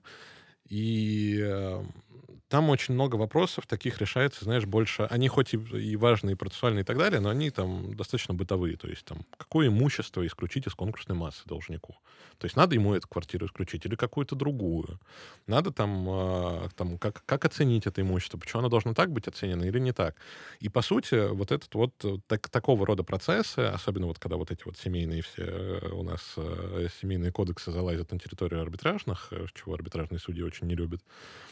и там очень много вопросов таких решается, знаешь, больше... Они хоть и важные, и процессуальные, и так далее, но они там достаточно бытовые. То есть там, какое имущество исключить из конкурсной массы должнику? То есть надо ему эту квартиру исключить или какую-то другую? Надо там как оценить это имущество? Почему оно должно так быть оценено или не так? И, по сути, вот этот вот такого рода процессы, особенно вот когда вот эти вот семейные все у нас семейные кодексы залазят на территорию арбитражных, чего арбитражные судьи очень не любят,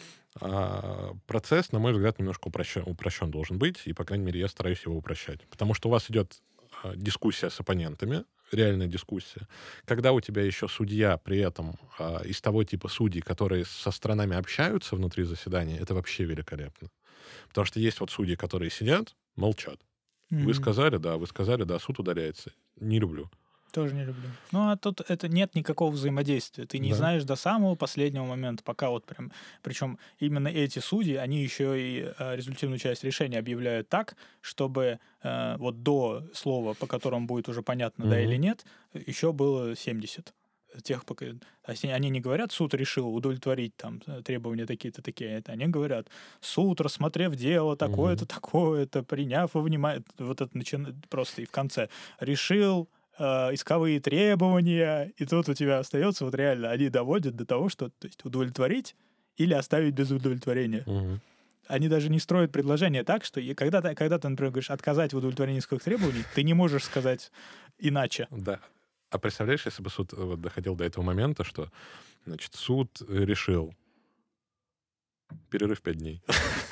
процесс, на мой взгляд, немножко упрощен должен быть, и, по крайней мере, я стараюсь его упрощать. Потому что у вас идет дискуссия с оппонентами, реальная дискуссия, когда у тебя еще судья при этом из того типа судей, которые со сторонами общаются внутри заседания, это вообще великолепно. Потому что есть вот судьи, которые сидят, молчат. Вы сказали, да, суд удаляется. Не люблю. Тоже не люблю. Ну, а тут это нет никакого взаимодействия. Ты не Да. знаешь до самого последнего момента, пока вот прям... Причем именно эти судьи, они еще и результативную часть решения объявляют так, чтобы вот до слова, по которому будет уже понятно, да или нет, еще было 70. Тех, пока... Они не говорят, суд решил удовлетворить там требования такие-то, такие. Они говорят, суд, рассмотрев дело такое-то, такое-то, приняв во внимание... Вот это начинает просто и в конце. Решил исковые требования, и тут у тебя остается вот реально, они доводят до того, что то есть удовлетворить или оставить без удовлетворения. Они даже не строят предложение так, что когда ты, например, говоришь отказать в удовлетворении исковых требований, ты не можешь сказать иначе. Да. А представляешь, если бы суд вот доходил до этого момента, что, значит, суд решил перерыв 5 дней.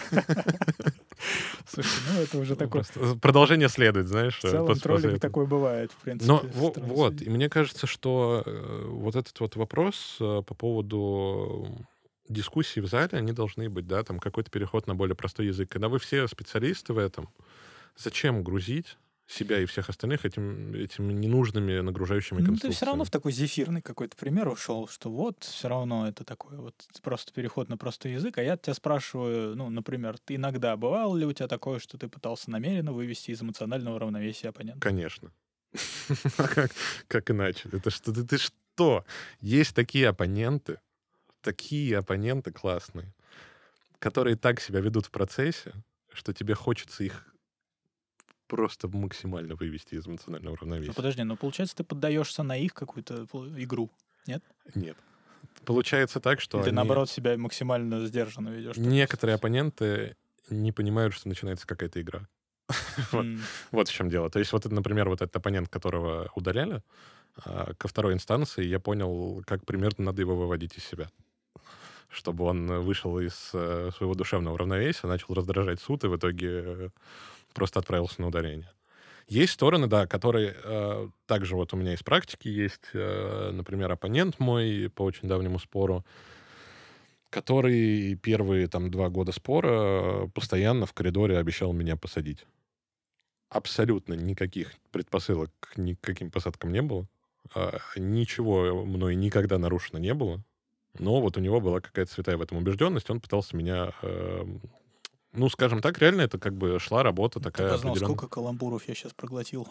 Слушай, ну это уже такое... Продолжение следует, знаешь. В целом троллинг такой бывает, в принципе. Но вот, и мне кажется, что вот этот вот вопрос по поводу дискуссий в зале, они должны быть, да, там какой-то переход на более простой язык. Когда вы все специалисты в этом, зачем грузить себя и всех остальных этими ненужными нагружающими конструкциями? Ну, ты все равно в такой зефирный какой-то пример ушел, что вот все равно это такой вот просто переход на простой язык, а я тебя спрашиваю, ну, например, ты иногда бывало ли у тебя такое, что ты пытался намеренно вывести из эмоционального равновесия оппонента? Конечно. Как иначе? Это что? Ты что? Есть такие оппоненты классные, которые так себя ведут в процессе, что тебе хочется их просто максимально вывести из эмоционального Ну, равновесия. подожди, ну, получается, ты поддаешься на их какую-то игру, нет? Нет. Получается так, что Ты, наоборот, себя максимально сдержанно ведешь. некоторые оппоненты не понимают, что начинается какая-то игра. Вот в чем дело. То есть, вот, например, вот этот оппонент, которого удаляли, ко второй инстанции я понял, как примерно надо его выводить из себя. Чтобы он вышел из своего душевного равновесия, начал раздражать суд и в итоге просто отправился на удаление. Есть стороны, да, которые... также вот у меня из практики есть, например, оппонент мой по очень давнему спору, который первые там 2 года спора постоянно в коридоре обещал меня посадить. Абсолютно никаких предпосылок ни к каким посадкам не было. Ничего мной никогда нарушено не было. Но вот у него была какая-то святая в этом убежденность. Он пытался меня... ну, скажем так, реально это как бы шла работа такая Ты знал, определенная. сколько каламбуров я сейчас проглотил.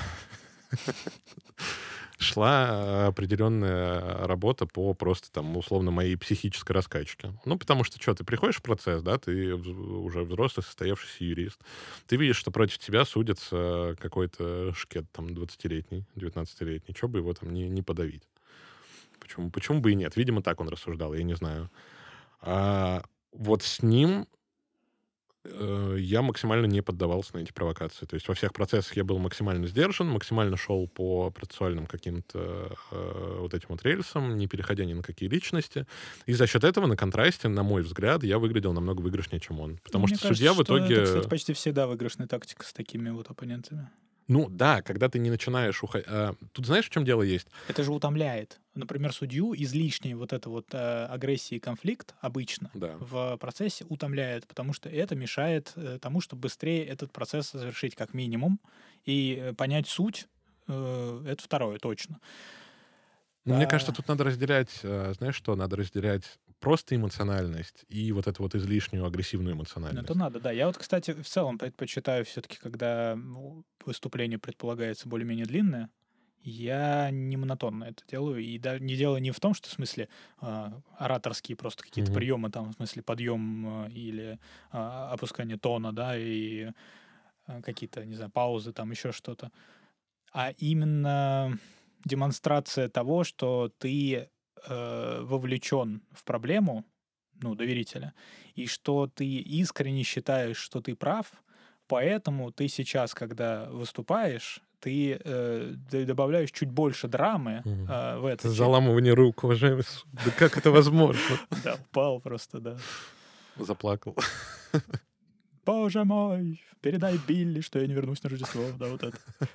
Шла определенная работа по просто там, условно, моей психической раскачке. Ну, потому что что, ты приходишь в процесс, да, ты уже взрослый, состоявшийся юрист. Ты видишь, что против тебя судится какой-то шкет там 20-летний, 19-летний. Чего бы его там не подавить? Почему бы и нет? Видимо, так он рассуждал, я не знаю. А вот с ним Я максимально не поддавался на эти провокации. То есть во всех процессах я был максимально сдержан, максимально шел по процессуальным каким-то вот этим вот рельсам, не переходя ни на какие личности. И за счет этого на контрасте, на мой взгляд, я выглядел намного выигрышнее, чем он. Потому Мне что кажется, судья в что это, кстати, итоге... почти всегда выигрышная тактика с такими вот оппонентами. Ну да, когда ты не начинаешь уходить... Тут знаешь, в чем дело есть? Это же утомляет. Например, судью излишняя вот эта вот агрессия и конфликт обычно Да. в процессе утомляет, потому что это мешает тому, чтобы быстрее этот процесс завершить как минимум и понять суть. Это второе, точно. Ну, мне кажется, тут надо разделять, знаешь что, надо разделять просто эмоциональность и вот эту вот излишнюю агрессивную Это эмоциональность. надо, да. Я вот, кстати, в целом предпочитаю все-таки, когда выступление предполагается более-менее длинное, я не монотонно это делаю. И даже не дело не в том, что в смысле ораторские просто какие-то Мгм. приемы, там, в смысле подъем или опускание тона, да, и какие-то, не знаю, паузы, там еще что-то. А именно демонстрация того, что ты вовлечен в проблему, ну, доверителя, и что ты искренне считаешь, что ты прав, поэтому ты сейчас, когда выступаешь, ты добавляешь чуть больше драмы Мгм. в это. Это заламывание рук, уважаемый суд. Да как это возможно? Да, упал просто, да. Заплакал. Боже мой, передай Билли, что я не вернусь на Рождество, да, вот это.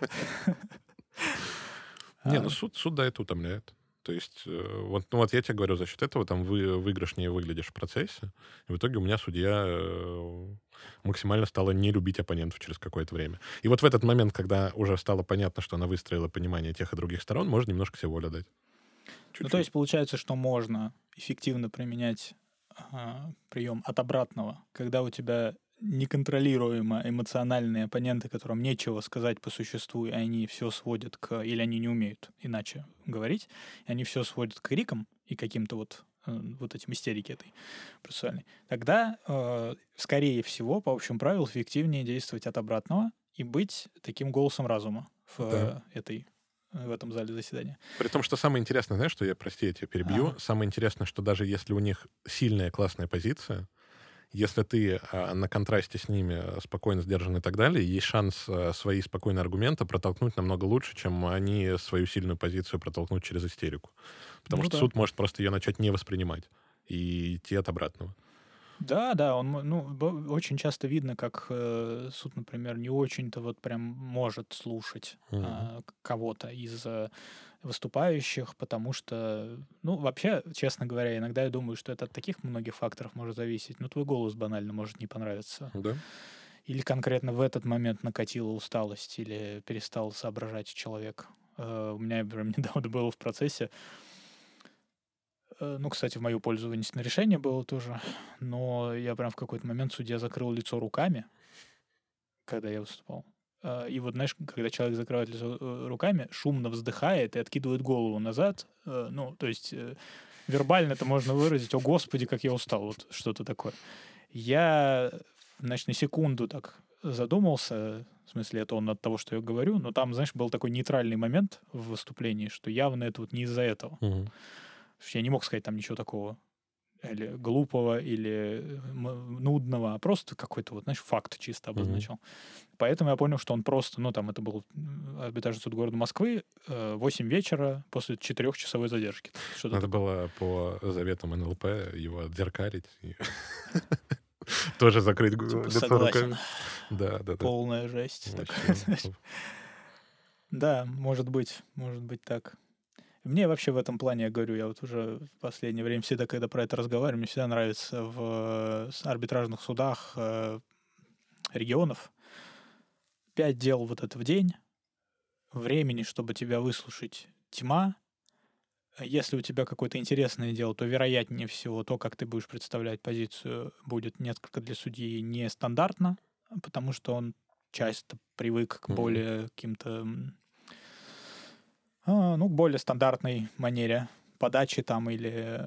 Не, ну суд, да, это утомляет. То есть, вот я тебе говорю, за счет этого там выигрышнее выглядишь в процессе. И в итоге у меня судья максимально стала не любить оппонентов через какое-то время. И вот в этот момент, когда уже стало понятно, что она выстроила понимание тех и других сторон, можно немножко себе волю дать. Ну, то Чуть-чуть. есть получается, что можно эффективно применять прием от обратного, когда у тебя неконтролируемо эмоциональные оппоненты, которым нечего сказать по существу, и они все сводят к... Или они не умеют иначе говорить, и они все сводят к крикам и каким-то вот этим истерики этой процессуальной. Тогда, скорее всего, по общему правилу, эффективнее действовать от обратного и быть таким голосом разума Да. в этом зале заседания. При том, что самое интересное, знаешь, что прости, я тебя перебью. Ага. Самое интересное, что даже если у них сильная классная позиция, если ты на контрасте с ними спокойно сдержан и так далее, есть шанс свои спокойные аргументы протолкнуть намного лучше, чем они свою сильную позицию протолкнуть через истерику. Потому Ну что да. суд может просто ее начать не воспринимать и идти от обратного. Да, да, очень часто видно, как суд, например, не очень-то вот прям может слушать Мгм. кого-то из выступающих, потому что, ну, вообще, честно говоря, иногда я думаю, что это от таких многих факторов может зависеть. Ну, твой голос банально может не понравиться. Да. Или конкретно в этот момент накатила усталость, или перестал соображать человек. У меня прям недавно было в процессе. Ну, кстати, в мою пользу вынесено решение было тоже, но я прям в какой-то момент судья закрыл лицо руками, когда я выступал. И вот, знаешь, когда человек закрывает лицо руками, шумно вздыхает и откидывает голову назад, ну, то есть вербально это можно выразить: «О, Господи, как я устал», вот что-то такое. Я, значит, на секунду так задумался, в смысле, это он от того, что я говорю, но там, знаешь, был такой нейтральный момент в выступлении, что явно это вот не из-за этого. Мгм. Я не мог сказать там ничего такого или глупого, или нудного, а просто какой-то вот, знаешь, факт чисто Мгм. обозначал. Поэтому я понял, что он просто, ну, там это был арбитражный суд города Москвы, 8 вечера после 4-часовой задержки. Что-то Надо такое. было по заветам НЛП его отзеркалить и тоже закрыть Типа, лицо согласен. руками. Да, да, да. Полная жесть. Такая, Вообще. знаешь. Да, может быть так. Мне вообще в этом плане, я говорю, я вот уже в последнее время всегда, когда про это разговариваю, мне всегда нравится в арбитражных судах регионов 5 дел вот это в день, времени, чтобы тебя выслушать, тьма. Если у тебя какое-то интересное дело, то вероятнее всего то, как ты будешь представлять позицию, будет несколько для судьи нестандартно, потому что он часто привык к Мгм. более каким-то, ну, к более стандартной манере подачи там или,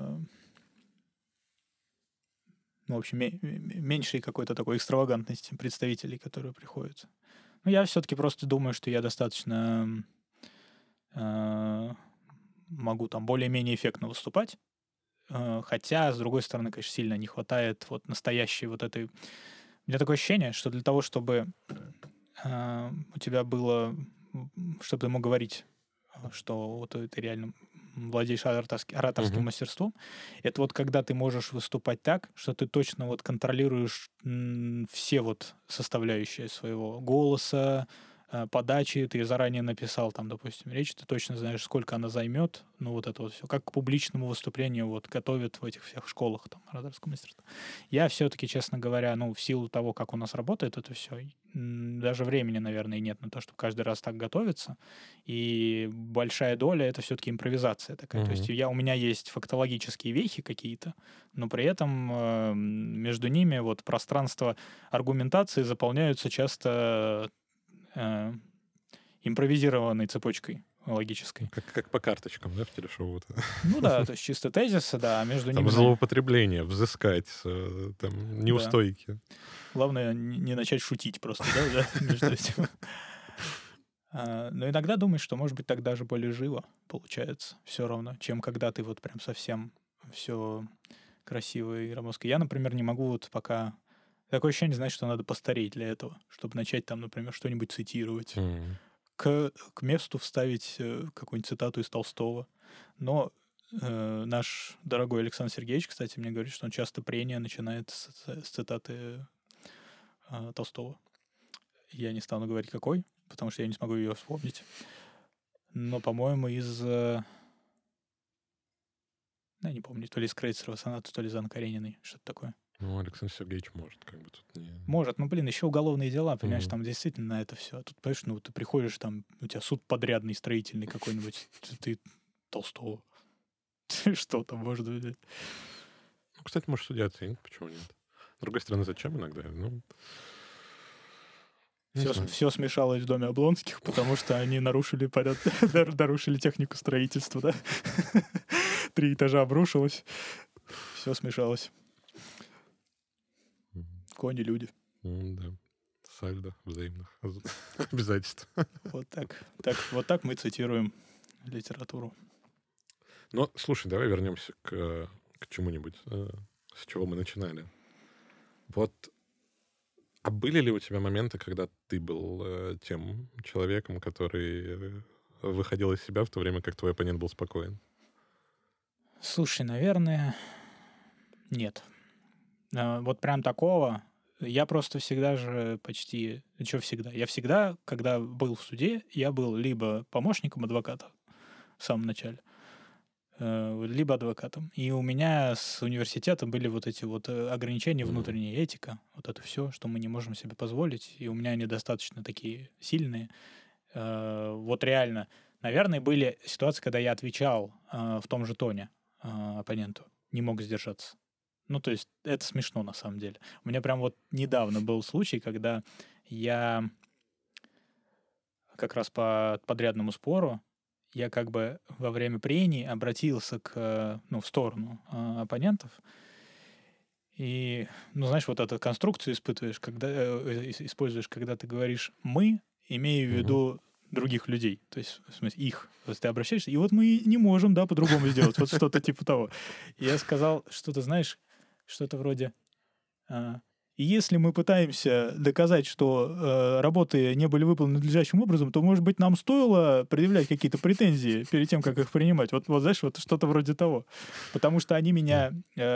ну, в общем, меньшей какой-то такой экстравагантности представителей, которые приходят. Ну, я все-таки просто думаю, что я достаточно э, могу там более-менее эффектно выступать. Хотя, с другой стороны, конечно, сильно не хватает вот настоящей вот этой меня такое ощущение, что для того, чтобы у тебя было, чтобы ты мог говорить, что вот ты реально владеешь ораторским мастерством, это вот когда ты можешь выступать так, что ты точно вот контролируешь все вот составляющие своего голоса, подачи, ты заранее написал там, допустим, речь, ты точно знаешь, сколько она займет, ну вот это вот все, как к публичному выступлению вот готовят в этих всех школах там ораторского мастерства. Я все-таки, честно говоря, ну в силу того, как у нас работает это все, даже времени, наверное, нет на то, чтобы каждый раз так готовиться, и большая доля это все-таки импровизация такая, то есть у меня есть фактологические вехи какие-то, но при этом между ними вот пространство аргументации заполняются часто импровизированной цепочкой логической. Как по карточкам, да, в телешоу? Ну да, то есть чисто тезисы, да, а между там ними... злоупотребление, взыскать, там, неустойки. Да. Главное не начать шутить просто, да, между этим. Но иногда думаешь, что, может быть, так даже более живо получается все равно, чем когда ты вот прям совсем все красиво и громоздко. Я, например, не могу вот пока... Такое ощущение, знаешь, что надо постареть для этого, чтобы начать там, например, что-нибудь цитировать. К месту вставить какую-нибудь цитату из Толстого. Но наш дорогой Александр Сергеевич, кстати, мне говорит, что он часто прения начинает с цитаты Толстого. Я не стану говорить, какой, потому что я не смогу ее вспомнить. Но, по-моему, из... я не помню, то ли из Крейцерова соната, то ли из Анны Карениной, что-то такое. Ну, Александр Сергеевич может, как бы тут не... Может, ну, блин, еще уголовные дела, понимаешь, там действительно на это все. А тут, понимаешь, ну, ты приходишь, там, у тебя суд подрядный, строительный какой-нибудь, ты Толстого. Что там может быть? Ну, кстати, может, судья оценит, почему нет. С другой стороны, зачем иногда? Ну, все смешалось в доме Облонских, потому что они нарушили порядок, нарушили технику строительства, да? 3 этажа обрушилось, все смешалось. Кони, люди. Да. Сальдо взаимных обязательств. Вот так мы цитируем литературу. Ну, слушай, давай вернемся к чему-нибудь, с чего мы начинали. Вот, а были ли у тебя моменты, когда ты был тем человеком, который выходил из себя в то время, как твой оппонент был спокоен? Слушай, наверное, нет. Вот прям такого... Я просто всегда же почти... Что всегда? Я всегда, когда был в суде, я был либо помощником адвоката в самом начале, либо адвокатом. И у меня с университета были вот эти вот ограничения, внутренняя этика, вот это все, что мы не можем себе позволить. И у меня они достаточно такие сильные. Вот реально. Наверное, были ситуации, когда я отвечал в том же тоне оппоненту. Не мог сдержаться. Ну, то есть это смешно на самом деле. У меня прям вот недавно был случай, когда я как раз по подрядному спору, я как бы во время прений обратился в сторону оппонентов. И, ну, знаешь, вот эту конструкцию испытываешь, используешь, когда ты говоришь «мы», имея в виду других людей, то есть, в смысле, их. То есть ты обращаешься, и вот мы не можем, да, по-другому сделать, вот что-то типа того. И я сказал что-то, знаешь, что-то вроде... И если мы пытаемся доказать, что работы не были выполнены надлежащим образом, то, может быть, нам стоило предъявлять какие-то претензии перед тем, как их принимать. Вот знаешь, вот что-то вроде того. Потому что они меня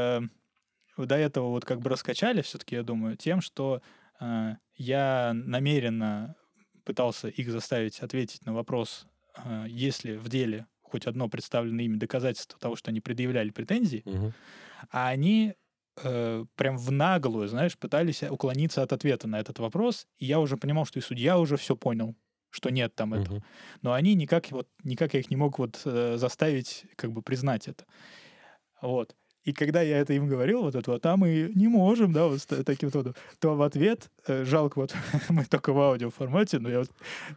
до этого вот как бы раскачали все-таки, я думаю, тем, что я намеренно пытался их заставить ответить на вопрос, если в деле хоть одно представленное ими доказательство того, что они предъявляли претензии, а они... прям в наглую, знаешь, пытались уклониться от ответа на этот вопрос, и я уже понимал, что и судья уже все понял, что нет там этого. Но они никак я их не мог вот заставить как бы признать это. Вот. И когда я это им говорил, вот это вот, а мы не можем, да, вот таким вот, то в ответ, жалко, вот мы только в аудиоформате, но я вот,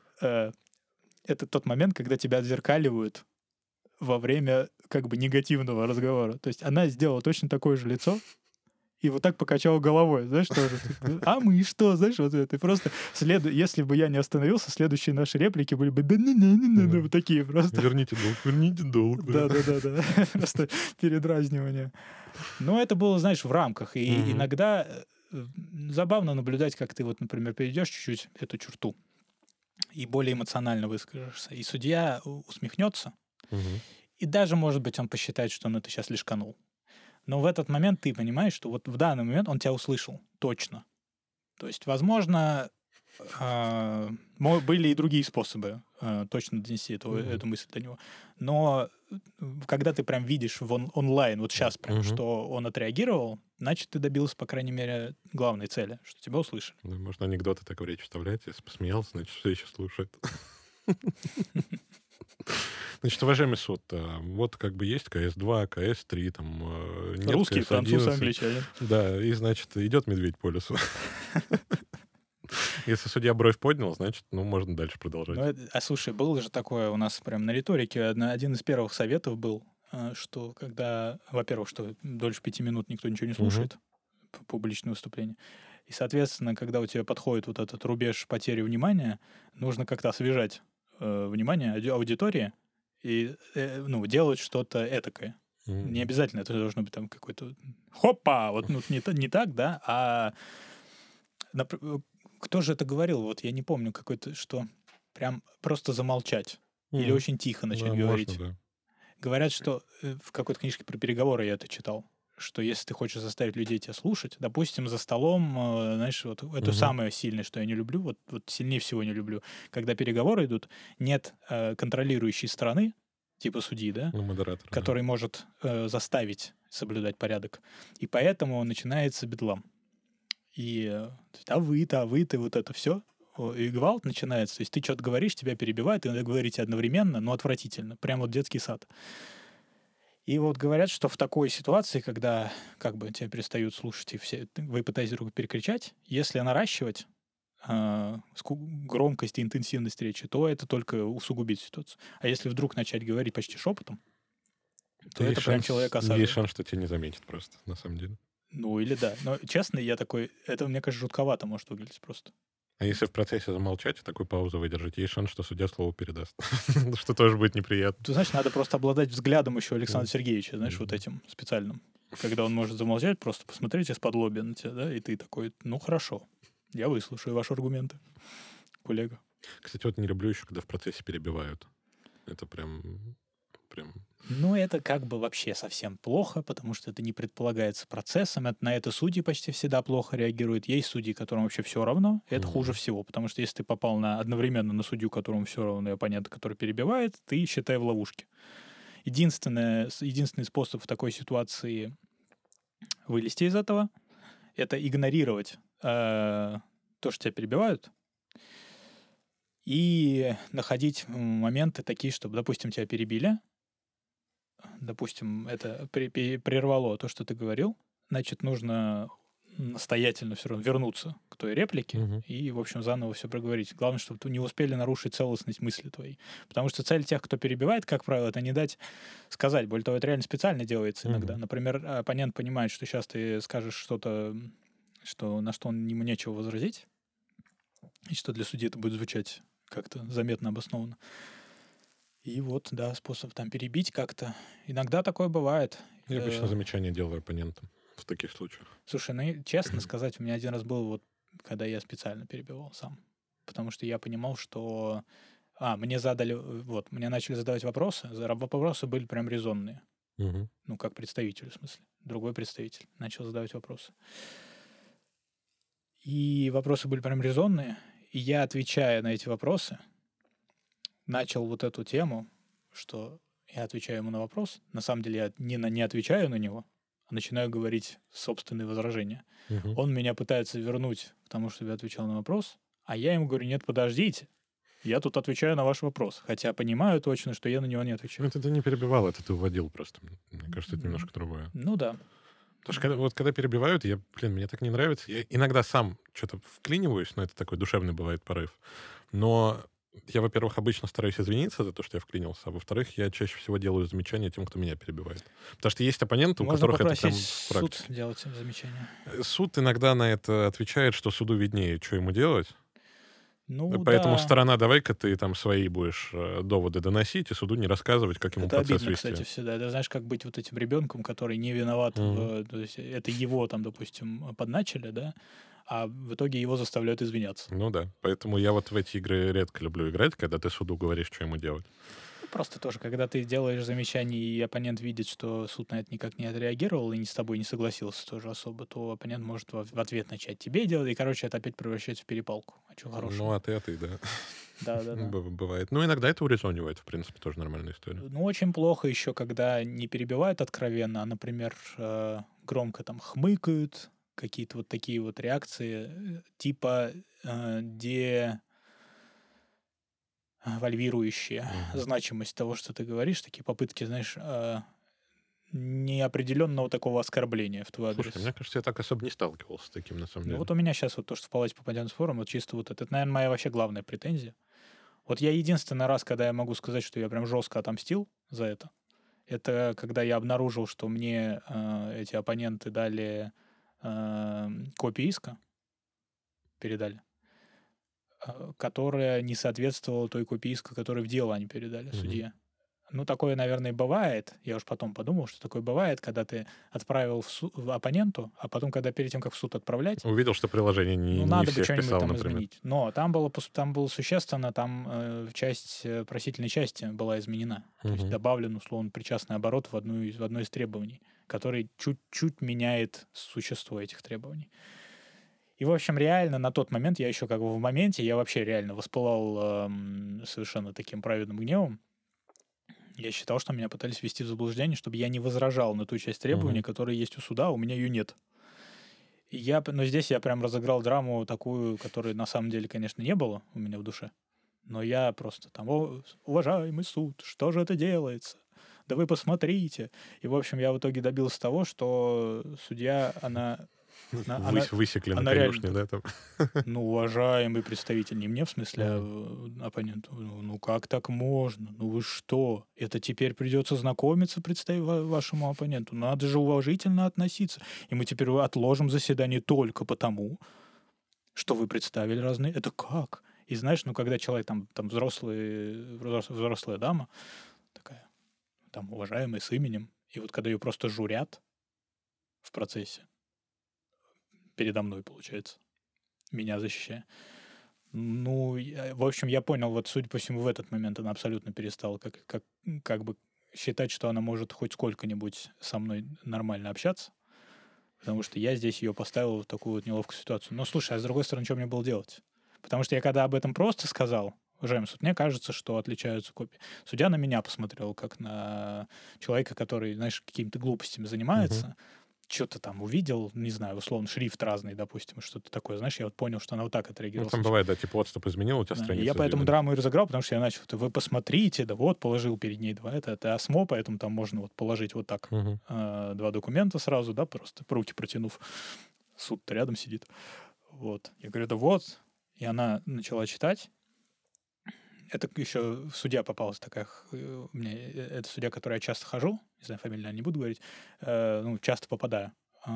это тот момент, когда тебя отзеркаливают во время как бы негативного разговора. То есть она сделала точно такое же лицо, и вот так покачал головой, знаешь, тоже. А мы что, знаешь, вот это. И просто, если бы я не остановился, следующие наши реплики были бы вот такие просто. Верните долг. Да. Просто передразнивание. Но это было, знаешь, в рамках. И иногда забавно наблюдать, как ты вот, например, перейдешь чуть-чуть эту черту и более эмоционально выскажешься. И судья усмехнется, Мгм. и даже, может быть, он посчитает, что он это сейчас лишканул. Но в этот момент ты понимаешь, что вот в данный момент он тебя услышал точно. То есть, возможно, были и другие способы точно донести эту мысль до него. Но когда ты прям видишь онлайн, вот сейчас прям, Мгм. что он отреагировал, значит, ты добился, по крайней мере, главной цели, что тебя услышали. Да, можно анекдоты так в речь вставлять. Если посмеялся, значит, все еще слушает. Значит, уважаемый суд, вот как бы есть КС-2, КС-3, там нет Русский, француз, КС-11. англичанин. Да, и, значит, идет медведь по лесу. Если судья бровь поднял, значит, можно дальше продолжать. Слушай, было же такое у нас прям на риторике, один из первых советов был, что когда, во-первых, что дольше 5 минут никто ничего не слушает, публичное выступление, и, соответственно, когда у тебя подходит вот этот рубеж потери внимания, нужно как-то освежать внимание аудитории и делать что-то этакое. Не обязательно это должно быть там какой-то хопа, вот не так, да, а кто же это говорил? Вот я не помню, какой-то, что прям просто замолчать или очень тихо начать говорить. Можно, да. Говорят, что в какой-то книжке про переговоры я это читал, что если ты хочешь заставить людей тебя слушать, допустим, за столом, знаешь, вот это самое сильное, что я не люблю, вот сильнее всего не люблю, когда переговоры идут, нет контролирующей стороны, типа судьи, да, Модератор, который может заставить соблюдать порядок. И поэтому начинается бедлам. И а вы, вот это все. И гвалт начинается. То есть ты что-то говоришь, тебя перебивают, и надо говорить одновременно, но отвратительно. Прям вот детский сад. И вот говорят, что в такой ситуации, когда как бы тебя перестают слушать, и вы пытаетесь друг друга перекричать, если наращивать громкость и интенсивность речи, то это только усугубит ситуацию. А если вдруг начать говорить почти шепотом, то это прям человека осаживает. Есть шанс, что тебя не заметит просто, на самом деле. Ну, или да. Но, честно, я такой... Это, мне кажется, жутковато может выглядеть просто. А если в процессе замолчать и такую паузу выдержать, есть шанс, что судья слово передаст. Что тоже будет неприятно. Ты знаешь, надо просто обладать взглядом еще Александра Сергеевича, знаешь, вот этим специальным. Когда он может замолчать, просто посмотреть из-под лобья на тебя, да, и ты такой, ну, хорошо, я выслушаю ваши аргументы, коллега. Кстати, вот не люблю еще, когда в процессе перебивают. Это прям... Ну, это как бы вообще совсем плохо, потому что это не предполагается процессом. На это судьи почти всегда плохо реагируют. Есть судьи, которым вообще все равно. Это хуже всего, потому что если ты попал одновременно на судью, которому все равно, и оппонента, который перебивает, ты, считай, в ловушке. Единственный способ в такой ситуации вылезти из этого — это игнорировать то, что тебя перебивают, и находить моменты такие, чтобы, допустим, тебя перебили, допустим, это прервало то, что ты говорил, значит, нужно настоятельно все равно вернуться к той реплике и, в общем, заново все проговорить. Главное, чтобы не успели нарушить целостность мысли твоей. Потому что цель тех, кто перебивает, как правило, это не дать сказать. Более того, это реально специально делается иногда. Например, оппонент понимает, что сейчас ты скажешь что-то, на что ему нечего возразить, и что для судьи это будет звучать как-то заметно обоснованно. И вот, да, способ там перебить как-то. Иногда такое бывает. Я обычно замечания делаю оппонентам в таких случаях. Слушай, ну, честно сказать, у меня один раз был, вот, когда я специально перебивал сам. Потому что я понимал, что... мне начали задавать вопросы. Вопросы были прям резонные. Ну, как представитель, в смысле. Другой представитель начал задавать вопросы. И вопросы были прям резонные. И я, отвечая на эти вопросы, начал вот эту тему, что я отвечаю ему на вопрос. На самом деле я не отвечаю на него, а начинаю говорить собственные возражения. Он меня пытается вернуть к тому, чтобы я отвечал на вопрос, а я ему говорю, нет, подождите, я тут отвечаю на ваш вопрос, хотя понимаю точно, что я на него не отвечаю. Это ты не перебивал, это ты уводил просто. Мне кажется, это немножко другое. Ну да. Потому что когда перебивают, мне так не нравится. Я иногда сам что-то вклиниваюсь, но это такой душевный бывает порыв. Но я, во-первых, обычно стараюсь извиниться за то, что я вклинился, а во-вторых, я чаще всего делаю замечания тем, кто меня перебивает. Потому что есть оппоненты, у которых это прям в практике. Суд делать замечания. Суд иногда на это отвечает, что суду виднее, что ему делать. Ну Поэтому да, сторона, давай-ка ты там свои будешь доводы доносить и суду не рассказывать, как ему это процесс обидно, кстати, вести. всегда. Это знаешь, как быть вот этим ребенком, который не виноват Мгм. то есть это его там, допустим, подначили, да, а в итоге его заставляют извиняться. Ну да. Поэтому я вот в эти игры редко люблю играть, когда ты суду говоришь, что ему делать. Ну, просто тоже, когда ты делаешь замечание, и оппонент видит, что суд на это никак не отреагировал и с тобой не согласился тоже особо, то оппонент может в ответ начать тебе делать, и, короче, это опять превращается в перепалку. А чего Ну, хорошего? а ты, да. Да-да-да. Бывает. Ну, иногда это урезонивает, в принципе, тоже нормальная история. Ну, очень плохо еще, когда не перебивают откровенно, а, например, громко там хмыкают, какие-то вот такие вот реакции, типа девальвирующие Мгм. значимость того, что ты говоришь, такие попытки, знаешь, неопределенного такого оскорбления в твой Слушай, адрес. мне кажется, я так особо не сталкивался с таким, на самом Ну деле. вот у меня сейчас вот то, что в палате по понятным спорам, вот чисто вот это, наверное, моя вообще главная претензия. Вот я единственный раз, когда я могу сказать, что я прям жестко отомстил за это когда я обнаружил, что мне эти оппоненты дали копию иска, передали, которая не соответствовала той копии иска, которую в дело они передали Мгм. судье. Ну, такое, наверное, бывает. Я уж потом подумал, что такое бывает, когда ты отправил в оппоненту, а потом, когда перед тем, как в суд отправлять, Увидел, что приложение не, ну, не надо бы все что-нибудь вписал, там например. изменить. Но там там было существенно, там часть просительной части была изменена. То есть Мгм. добавлен, условно, причастный оборот в одно из требований, который чуть-чуть меняет существо этих требований. И, в общем, реально на тот момент, я еще как бы в моменте, я вообще реально воспылал совершенно таким праведным гневом. Я считал, что меня пытались ввести в заблуждение, чтобы я не возражал на ту часть требований, Мгм. которые есть у суда, а у меня ее нет. Но здесь я прям разыграл драму такую, которой на самом деле, конечно, не было у меня в душе. Но я просто там: "О, уважаемый суд, что же это делается? Да вы посмотрите". И, в общем, я в итоге добился того, что судья, она она Высекли на она реально конюшне, так: да, там. "Ну, уважаемый представитель", не мне в смысле, а Мгм. оппоненту: "Ну как так можно? Ну вы что? Это теперь придется знакомиться вашему оппоненту. Надо же уважительно относиться. И мы теперь отложим заседание только потому, что вы представили разные". Это как? И знаешь, ну когда человек там взрослая дама такая, там уважаемая с именем, и вот когда ее просто журят в процессе передо мной, получается, меня защищая. Ну, в общем, я понял, вот, судя по всему, в этот момент она абсолютно перестала как бы считать, что она может хоть сколько-нибудь со мной нормально общаться, потому что я здесь ее поставил в такую вот неловкую ситуацию. Но слушай, а с другой стороны, что мне было делать? Потому что я когда об этом просто сказал, уважаемый суд, мне кажется, что отличаются копии. Судья на меня посмотрел, как на человека, который, знаешь, какими-то глупостями Мгм. занимается, что-то там увидел, не знаю, условно, шрифт разный, допустим, что-то такое, знаешь, я вот понял, что она вот так Ну, отреагировала там сначала. бывает, да, типа отступ изменил, у тебя Да, и я страница поэтому сдвинулась. драму и разыграл, потому что я начал: "Вы посмотрите, да вот, положил перед ней 2 это ОСМО, поэтому там можно вот положить вот так, Мгм. 2 документа сразу, да, просто руки протянув. Суд-то рядом сидит". Вот. Я говорю: "Да вот". И она начала читать. Это еще судья попалась такая, у меня, это судья, к которой я часто хожу, не знаю, фамилию, наверно, не буду говорить, ну, часто попадаю,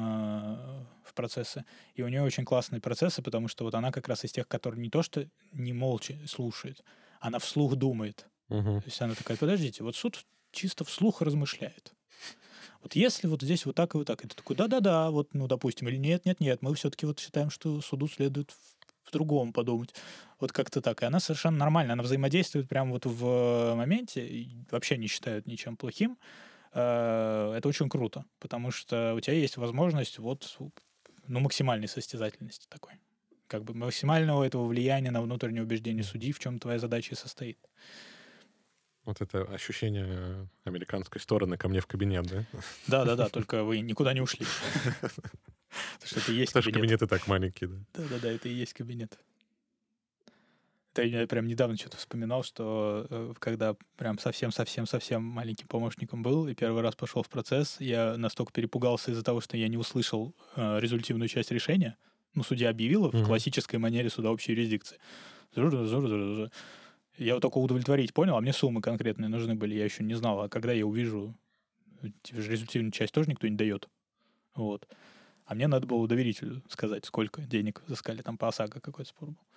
в процессы. И у нее очень классные процессы, потому что вот она как раз из тех, которые не то что не молча слушает, она вслух думает. Мгм. То есть она такая: "Подождите, вот суд чисто вслух размышляет. Вот если вот здесь вот так и вот так". И ты такой: "Да-да-да, вот, ну, допустим". Или: "Нет-нет-нет, мы все таки вот считаем, что суду следует в другом подумать". Вот как-то так. И она совершенно нормально, она взаимодействует прямо вот в моменте и вообще не считает ничем плохим. Это очень круто, потому что у тебя есть возможность вот, ну, максимальной состязательности такой. Как бы максимального этого влияния на внутреннее убеждение Мгм. судьи, в чем твоя задача и состоит. Вот это ощущение американской стороны ко мне в кабинет, да? Да-да-да, только вы никуда не ушли. Потому что это и есть Потому что кабинет. кабинеты так маленькие, да. Да-да-да, это и есть кабинет. Это я прям недавно что то вспоминал, что, когда прям совсем-совсем-совсем маленьким помощником был и первый раз пошел в процесс, я настолько перепугался из-за того, что я не услышал, результативную часть решения. Ну, судья объявила в Мгм. классической манере суда общей юрисдикции. Зур-зур-зур-зур. Я вот только удовлетворить понял, а мне суммы конкретные нужны были, я еще не знал. А когда я увижу, тебе же результативную часть тоже никто не дает. Вот. А мне надо было доверителю сказать, сколько денег взыскали, там по ОСАГО какой-то спор был.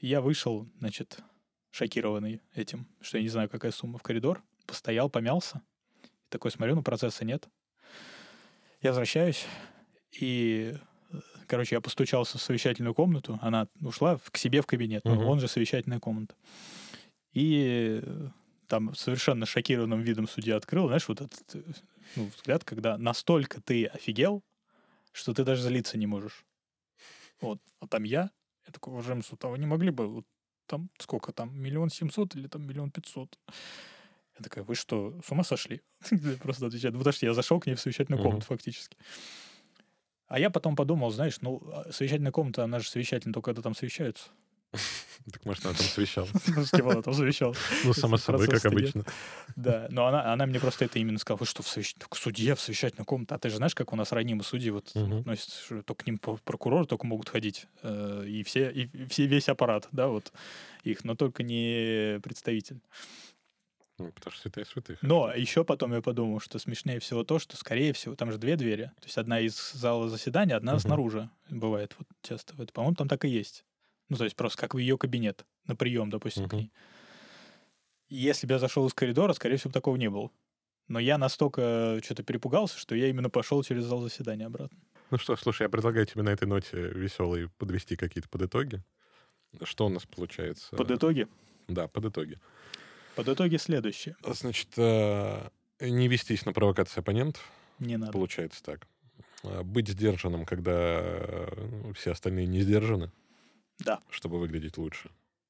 Я вышел, значит, шокированный этим, что я не знаю, какая сумма, в коридор, постоял, помялся. Такой смотрю, ну, процесса нет. Я возвращаюсь, и, короче, я постучался в совещательную комнату, она ушла к себе в кабинет, ну, он же совещательная комната. И там совершенно шокированным видом судья открыл, знаешь, вот этот взгляд, когда настолько ты офигел, что ты даже злиться не можешь. Вот. А там я такой, уважаемый суд, а вы не могли бы, вот там сколько там, 1 700 000 или там 1 500 000? Я такая, вы что, с ума сошли? Просто отвечает, потому что я зашел к ней в совещательную комнату фактически. А я потом подумал, знаешь, совещательная комната, она же совещательная только когда там совещаются. Так, может, она там совещалась. Ну, с кем она там совещалась? Ну, само собой, как обычно. Да, но она мне просто это именно сказала, вы что, к судье в совещательную комнату? А ты же знаешь, как у нас ранимые судьи вот относятся, что только к ним прокуроры только могут ходить, и весь аппарат, да, вот их, но только не представитель. Ну, потому что святая святых. Но еще потом я подумал, что смешнее всего то, что, скорее всего, там же 2 двери. То есть одна из зала заседания, одна снаружи бывает вот часто. По-моему, там так и есть. Ну, то есть просто как в ее кабинет, на прием, допустим, к ней. И если бы я зашел из коридора, скорее всего, такого не было. Но я настолько что-то перепугался, что я именно пошел через зал заседания обратно. Ну что, слушай, я предлагаю тебе на этой ноте веселой подвести какие-то подытоги. Что у нас получается? Подытоги? Да, подытоги. Подытоги следующие. Значит, не вестись на провокации оппонентов. Не надо. Получается так. Быть сдержанным, когда все остальные не сдержаны. Да. Чтобы выглядеть лучше.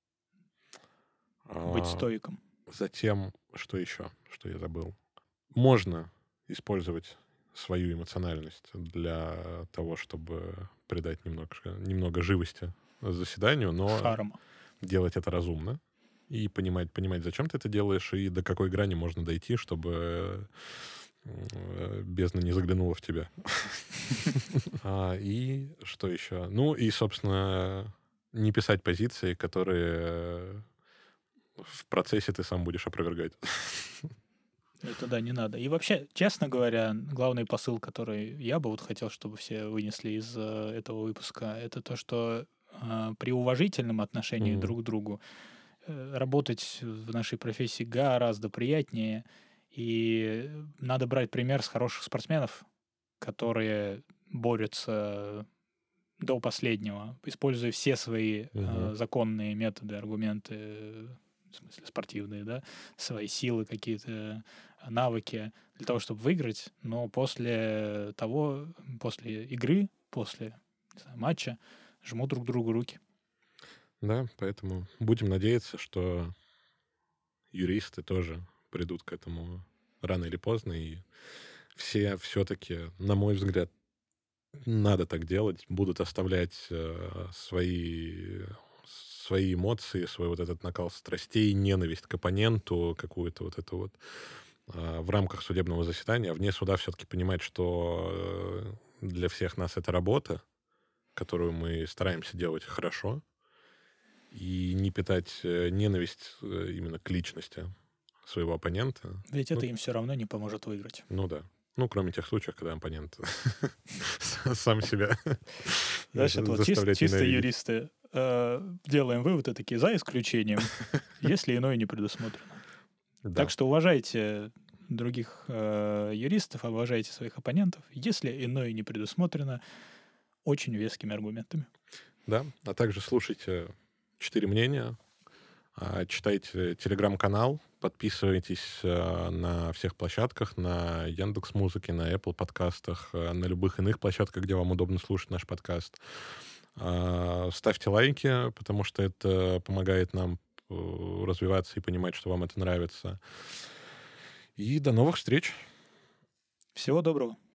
Быть стоиком. Затем, что еще? Что я забыл? Можно использовать свою эмоциональность для того, чтобы придать немного живости заседанию, но Шарма. делать это разумно. И понимать, зачем ты это делаешь, и до какой грани можно дойти, чтобы бездна не заглянула в тебя. И что еще? Ну, и, собственно, не писать позиции, которые в процессе ты сам будешь опровергать. Это да, не надо. И вообще, честно говоря, главный посыл, который я бы вот хотел, чтобы все вынесли из этого выпуска, это то, что при уважительном отношении друг к другу работать в нашей профессии гораздо приятнее. И надо брать пример с хороших спортсменов, которые борются до последнего, используя все свои законные методы, аргументы, в смысле спортивные, да, свои силы, какие-то навыки для того, чтобы выиграть, но после игры, после матча жмут друг другу руки. Да, поэтому будем надеяться, что юристы тоже придут к этому рано или поздно, и все все-таки, на мой взгляд, надо так делать, будут оставлять свои эмоции, свой вот этот накал страстей, ненависть к оппоненту, какую-то вот это вот в рамках судебного заседания, вне суда все-таки понимать, что для всех нас это работа, которую мы стараемся делать хорошо, и не питать ненависть именно к личности своего оппонента. Ведь это им все равно не поможет выиграть. Ну да. Ну, кроме тех случаев, когда оппонент сам себя Знаешь, это вот чисто юристы делаем выводы такие, за исключением, если иное не предусмотрено. Так что уважайте других юристов, уважайте своих оппонентов, если иное не предусмотрено очень вескими аргументами. Да, а также слушайте 4 мнения, читайте телеграм-канал, подписывайтесь на всех площадках, на Яндекс.Музыке, на Apple подкастах, на любых иных площадках, где вам удобно слушать наш подкаст. Ставьте лайки, потому что это помогает нам развиваться и понимать, что вам это нравится. И до новых встреч. Всего доброго.